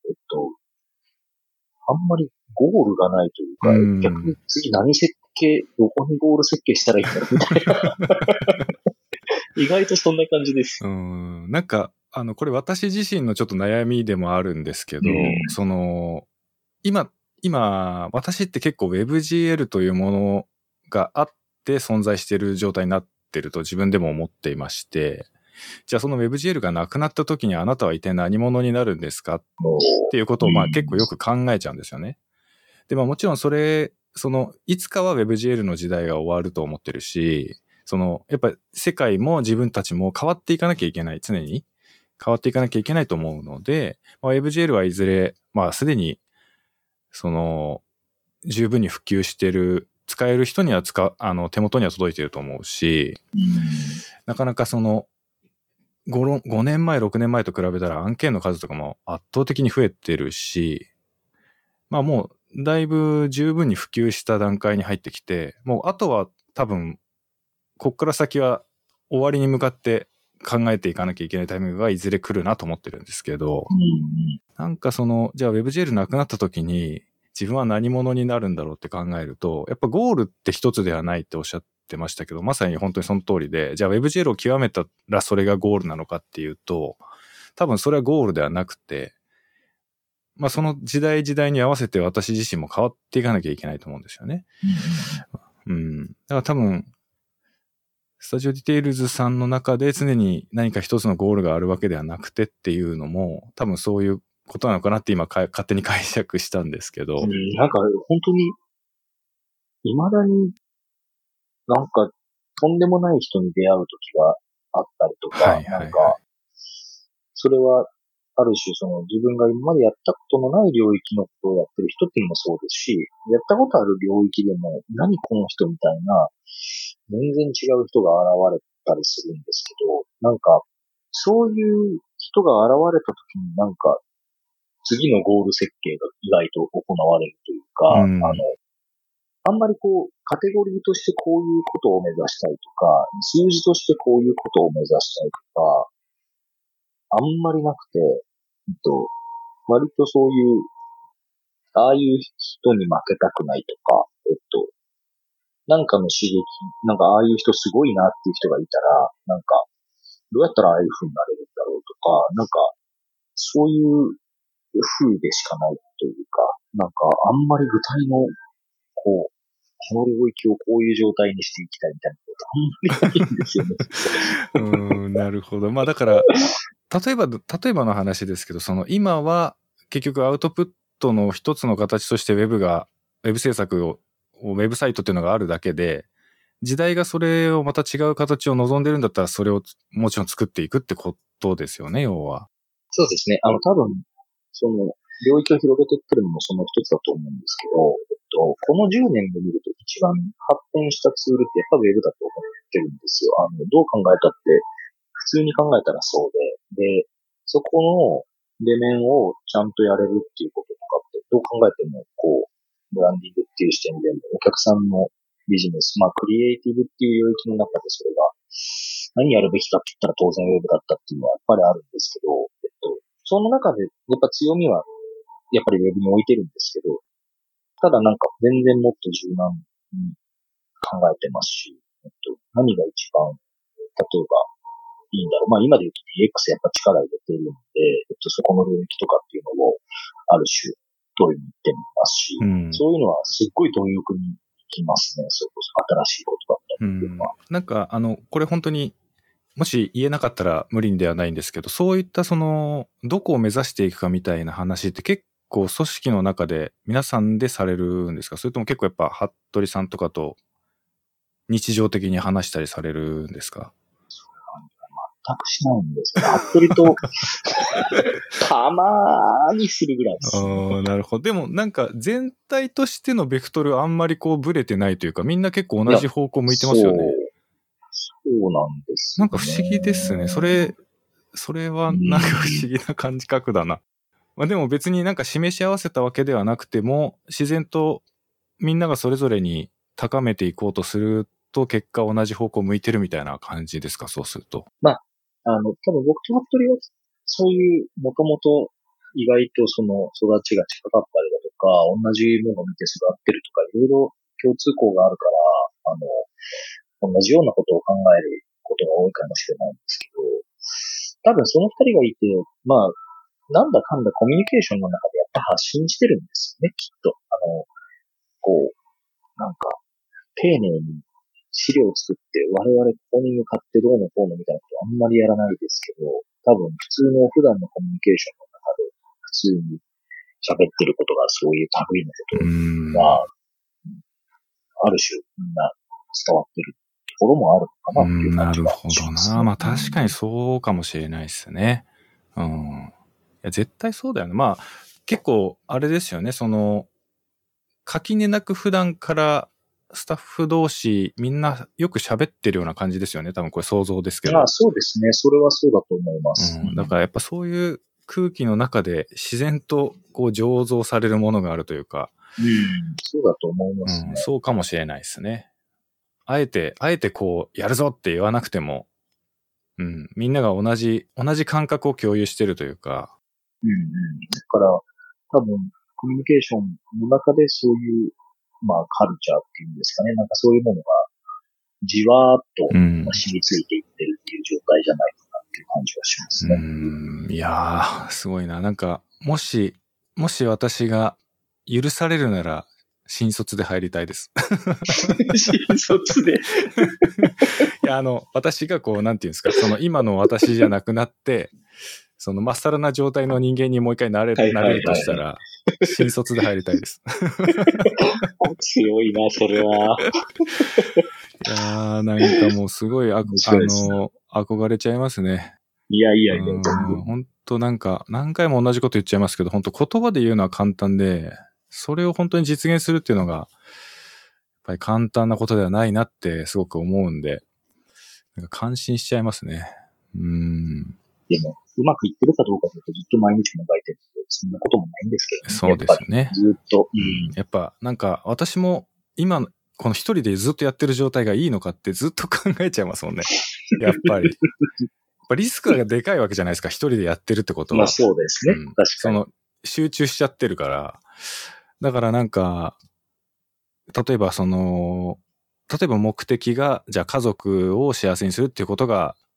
あんまりゴールがないというか、逆に次何設計、どこにゴール設計したらいいんだろうみたいな。意外とそんな感じです。 なんか、これ私自身のちょっと悩みでもあるんですけど、その、今、私って結構 WebGL というものがあって存在している状態になってると自分でも思っていまして、じゃあその WebGL がなくなった時にあなたは一体何者になるんですかっていうことをまあ結構よく考えちゃうんですよね。で、まあもちろんいつかは WebGL の時代が終わると思ってるし、やっぱ世界も自分たちも変わっていかなきゃいけない、常に変わっていかなきゃいけないと思うので、まあ、WebGL はいずれ、まあすでに十分に普及してる、使える人には手元には届いてると思うし、なかなか5年前、6年前と比べたら案件の数とかも圧倒的に増えてるし、まあもうだいぶ十分に普及した段階に入ってきて、もうあとは多分、こっから先は終わりに向かって考えていかなきゃいけないタイミングがいずれ来るなと思ってるんですけど、なんかじゃあ WebGL なくなった時に自分は何者になるんだろうって考えると、やっぱゴールって一つではないっておっしゃってましたけど、まさに本当にその通りで、じゃあ WebGL を極めたらそれがゴールなのかっていうと、多分それはゴールではなくて、まあその時代時代に合わせて私自身も変わっていかなきゃいけないと思うんですよね。だから多分、スタジオディテイルズさんの中で常に何か一つのゴールがあるわけではなくてっていうのも、多分そういうことなのかなって今勝手に解釈したんですけど。 なんか本当に、未だになんかとんでもない人に出会う時があったりとか、なんか、それはある種自分が今までやったことのない領域のことをやってる人っていうのもそうですし、やったことある領域でも何この人みたいな全然違う人が現れたりするんですけど、なんかそういう人が現れた時になんか次のゴール設計が意外と行われるというか、あんまりカテゴリーとしてこういうことを目指したいとか、数字としてこういうことを目指したいとか、あんまりなくて、割とそういう、ああいう人に負けたくないとか、なんかの刺激、なんかああいう人すごいなっていう人がいたら、なんか、 どうやったらああいう風になれるんだろうとか、なんか、そういう風でしかないというか、なんか、あんまり具体の、こう、この領域をこういう状態にしていきたいみたいなことあんまりないんですよね。 なるほど。まあだから、例えばの話ですけど、その今は結局アウトプットの一つの形としてウェブ制作を、ウェブサイトっていうのがあるだけで、時代がそれをまた違う形を望んでるんだったら、それをもちろん作っていくってことですよね、要は。 そうですね。多分、その、領域を広げていってるのもその一つだと思うんですけど、この10年で見ると一番発展したツールってやっぱウェブだと思ってるんですよ。どう考えたって、普通に考えたらそうで、そこのレメンをちゃんとやれるっていうこととかって、どう考えても、こう、ブランディングっていう視点でも、お客さんのビジネス、まあ、クリエイティブっていう領域の中でそれが、何やるべきかって言ったら当然ウェブだったっていうのはやっぱりあるんですけど、その中で、やっぱ強みは、やっぱりウェブに置いてるんですけど、ただなんか全然もっと柔軟に考えてますし、何が一番、例えばいいんだろう。まあ今で言うと DX やっぱ力入れてるんで、そこの領域とかっていうのを、ある種、取りに行ってみますし、そういうのはすっごい貪欲に行きますね。それこそ新しいことだったりっていうのは。 なんか、これ本当に、もし言えなかったら無理ではないんですけど、そういったどこを目指していくかみたいな話って結構組織の中で皆さんでされるんですか？それとも結構やっぱ、服部さんとかと日常的に話したりされるんですか？ 全くしないんですよ。服部と、たまーにするぐらいです、ね。 なるほど。でもなんか全体としてのベクトルあんまりこうブレてないというか、みんな結構同じ方向向いてますよね。 そうなんですね。なんか不思議ですね。それはなんか不思議な感じ覚だな。まあでも別になんか示し合わせたわけではなくても、自然とみんながそれぞれに高めていこうとすると結果同じ方向向いてるみたいな感じですか、そうすると。 まあ、多分僕と服部は、そういう、もともと意外とその育ちが近かったりだとか、同じものを見て育ってるとか、いろいろ共通項があるから、同じようなことを考えることが多いかもしれないんですけど、多分その二人がいて、まあ、なんだかんだコミュニケーションの中でやっぱ発信してるんですよね、きっと。こう、なんか、丁寧に資料を作って、我々ここに向かってどうのこうのみたいなことあんまりやらないですけど、多分普段のコミュニケーションの中で普通に喋ってることがそういう類のことが、ある種みんな伝わってるところもあるのかなっていう感じがします、ね。 なるほどな。まあ確かにそうかもしれないですね。いや絶対そうだよね。まあ結構あれですよね。垣根なく普段からスタッフ同士みんなよく喋ってるような感じですよね。多分これ想像ですけど。 そうですね。それはそうだと思います。 だからやっぱそういう空気の中で自然とこう醸造されるものがあるというか。 そうだと思いますね。 そうかもしれないですね。あえてこうやるぞって言わなくても、みんなが同じ感覚を共有してるというか。 だから、多分、コミュニケーションの中でそういう、まあ、カルチャーっていうんですかね。なんかそういうものが、じわーっと染みついていってるっていう状態じゃないかなっていう感じがしますね。 いやー、すごいな。なんか、もし私が許されるなら、新卒で入りたいです。 新卒で。 いや、私がこう、なんていうんですか、今の私じゃなくなって、まっさらな状態の人間にもう一回なれるとしたら、新卒で入りたいです。 強いな、それは。 いやー、なんかもうすごい、憧れちゃいますね。 いや。 本当なんか、何回も同じこと言っちゃいますけど、本当言葉で言うのは簡単で、それを本当に実現するっていうのが、やっぱり簡単なことではないなってすごく思うんで、なんか感心しちゃいますね。 でも、うまくいってるかどうかというとずっと毎日もがいてるので、そんなこともないんですけどね。 そうですよね。 ずっと。 やっぱ、なんか、私も今、この一人でずっとやってる状態がいいのかってずっと考えちゃいますもんね。やっぱり。リスクがでかいわけじゃないですか。一人でやってるってことは。 まあそうですね。確かに。 集中しちゃってるから。だからなんか、例えば目的が、じゃあ家族を幸せにするっていうことが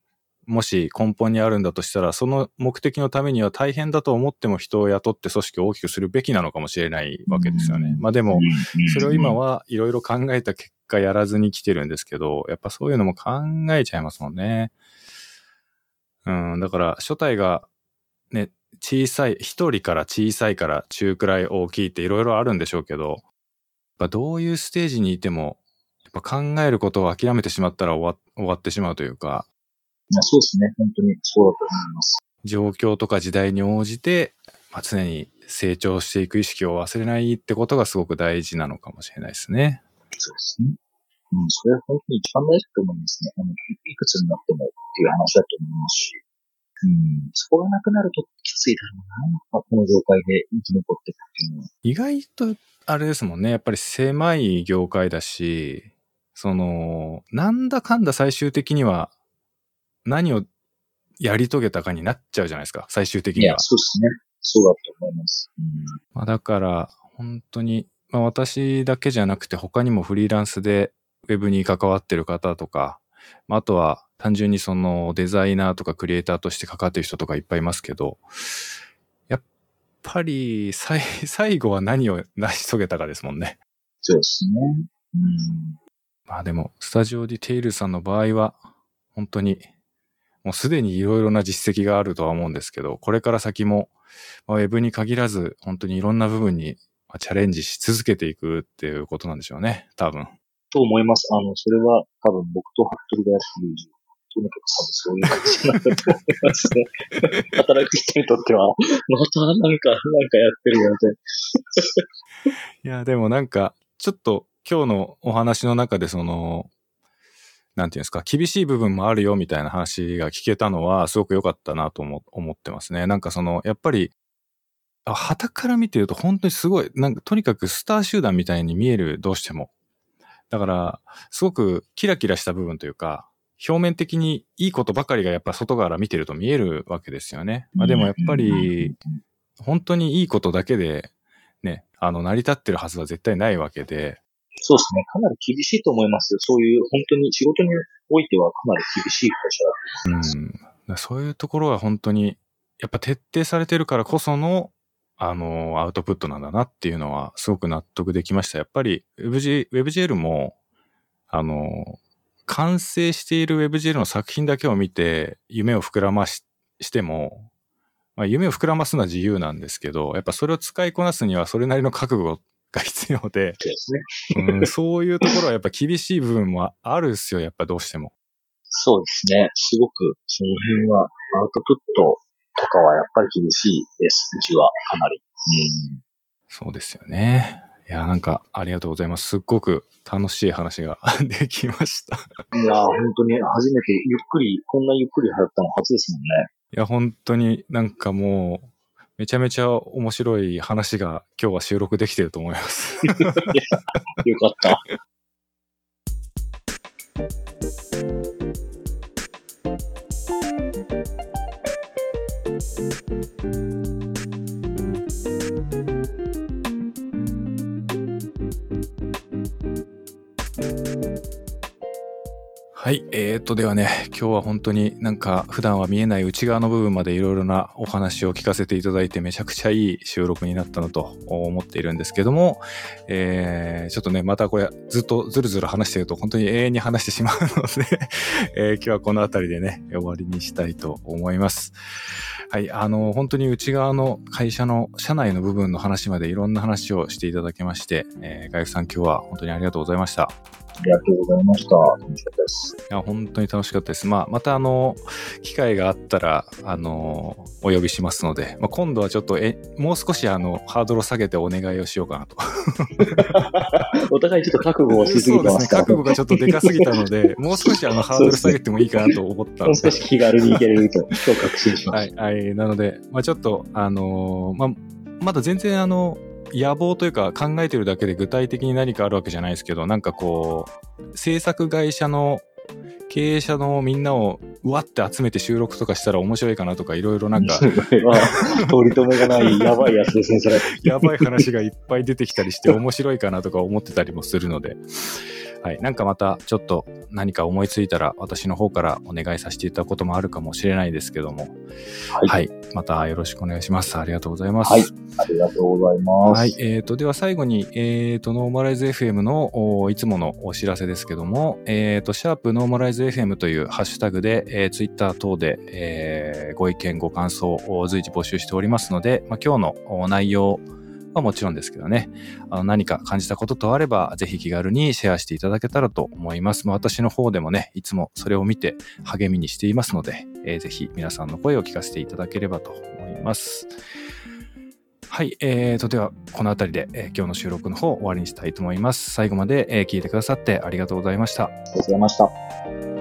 もし根本にあるんだとしたら、その目的のためには大変だと思っても人を雇って組織を大きくするべきなのかもしれないわけですよね。まあでも、それを今はいろいろ考えた結果やらずに来てるんですけど、やっぱそういうのも考えちゃいますもんね。だから初代がね、小さい、一人から小さいから中くらい大きいっていろいろあるんでしょうけど、やっぱどういうステージにいても、やっぱ考えることを諦めてしまったら終わってしまうというか、 そうですね。本当にそうだと思います。 状況とか時代に応じて、常に成長していく意識を忘れないってことがすごく大事なのかもしれないですね。 そうですね。それは本当に一番大事だと思いますね。いくつになってもっていう話だと思いますし、そこがなくなるときついだろうな。この業界で生き残っていくっていうのは。 意外と、あれですもんね。やっぱり狭い業界だし、なんだかんだ最終的には何をやり遂げたかになっちゃうじゃないですか。最終的には。 いや、そうですね。そうだと思います。 だから、本当に、私だけじゃなくて他にもフリーランスでウェブに関わってる方とか、あとは単純にそのデザイナーとかクリエイターとして関わってる人とかいっぱいいますけど、やっぱり最後は何を成し遂げたかですもんね。 そうですね。 でも、スタジオディテイルさんの場合は、本当に、もうすでにいろいろな実績があるとは思うんですけど、これから先も、ウェブに限らず、本当にいろんな部分にチャレンジし続けていくっていうことなんでしょうね、多分。 と思います。それは多分僕と服部がやってる以上、とにかくそういう感じなんだと思いますね。働く人にとっては、またなんかやってるよみたいな。 いや、でもなんか、ちょっと今日のお話の中でなんていうんですか、厳しい部分もあるよみたいな話が聞けたのはすごく良かったなと思ってますね。なんかやっぱり、傍から見てると本当にすごい、なんかとにかくスター集団みたいに見える、どうしても。だから、すごくキラキラした部分というか、表面的にいいことばかりがやっぱ外から見てると見えるわけですよね。でもやっぱり、本当にいいことだけで、ね、成り立ってるはずは絶対ないわけで。 そうですね。かなり厳しいと思いますよ。そういう、本当に仕事においてはかなり厳しい会社だと思います。そういうところは本当に、やっぱ徹底されてるからこその、アウトプットなんだなっていうのはすごく納得できました。やっぱり WebGL も、完成している WebGL の作品だけを見て夢を膨らましても、夢を膨らますのは自由なんですけど、やっぱそれを使いこなすにはそれなりの覚悟が必要で、そういうところはやっぱ厳しい部分もあるっすよ、やっぱどうしても。 そうですね。すごくその辺はアウトプットとかはやっぱり厳しいです。うちはかなり。 そうですよね。いや、なんかありがとうございます。すっごく楽しい話ができました。 いや、本当に初めてこんなゆっくり入ったの初ですもんね。 いや、本当になんかもう、めちゃめちゃ面白い話が今日は収録できてると思います。 よかった。 はい。ではね、今日は本当になんか普段は見えない内側の部分までいろいろなお話を聞かせていただいてめちゃくちゃいい収録になったなと思っているんですけども、ちょっとね、またこれずっとずるずる話してると本当に永遠に話してしまうので、今日はこのあたりでね、終わりにしたいと思います。はい。本当に内側の会社の社内の部分の話までいろんな話をしていただきまして、ガイフさん今日は本当にありがとうございました。 ありがとうございました。楽しかったです。 いや、本当に楽しかったです。また機会があったら、お呼びしますので、今度はちょっと、もう少しハードルを下げてお願いをしようかなと。 お互いちょっと覚悟をしすぎてました。 覚悟がちょっとでかすぎたので、もう少しハードル下げてもいいかなと思ったので。 もう少し気軽にいけると、今日確信しました。 はい。なので、ちょっと、まだ全然野望というか考えてるだけで具体的に何かあるわけじゃないですけど、なんかこう制作会社の経営者のみんなをうわって集めて収録とかしたら面白いかなとかいろいろなんか取り留めがないやばいやつですねそれ。 やばい話がいっぱい出てきたりして面白いかなとか思ってたりもするので、 はい。なんかまたちょっと何か思いついたら私の方からお願いさせていただくこともあるかもしれないですけども。はい。またよろしくお願いします。ありがとうございます。 はい。ありがとうございます。 はい。では最後に、ノーマライズ FM のいつものお知らせですけども、シャープノーマライズ FM というハッシュタグで、ツイッター等で、ご意見ご感想を随時募集しておりますので、今日の内容はもちろんですけどね、何か感じたこととあればぜひ気軽にシェアしていただけたらと思います。私の方でもね、いつもそれを見て励みにしていますので、ぜひ皆さんの声を聞かせていただければと思います。はい、ではこのあたりで、今日の収録の方を終わりにしたいと思います。最後まで、聞いてくださってありがとうございました。 ありがとうございました。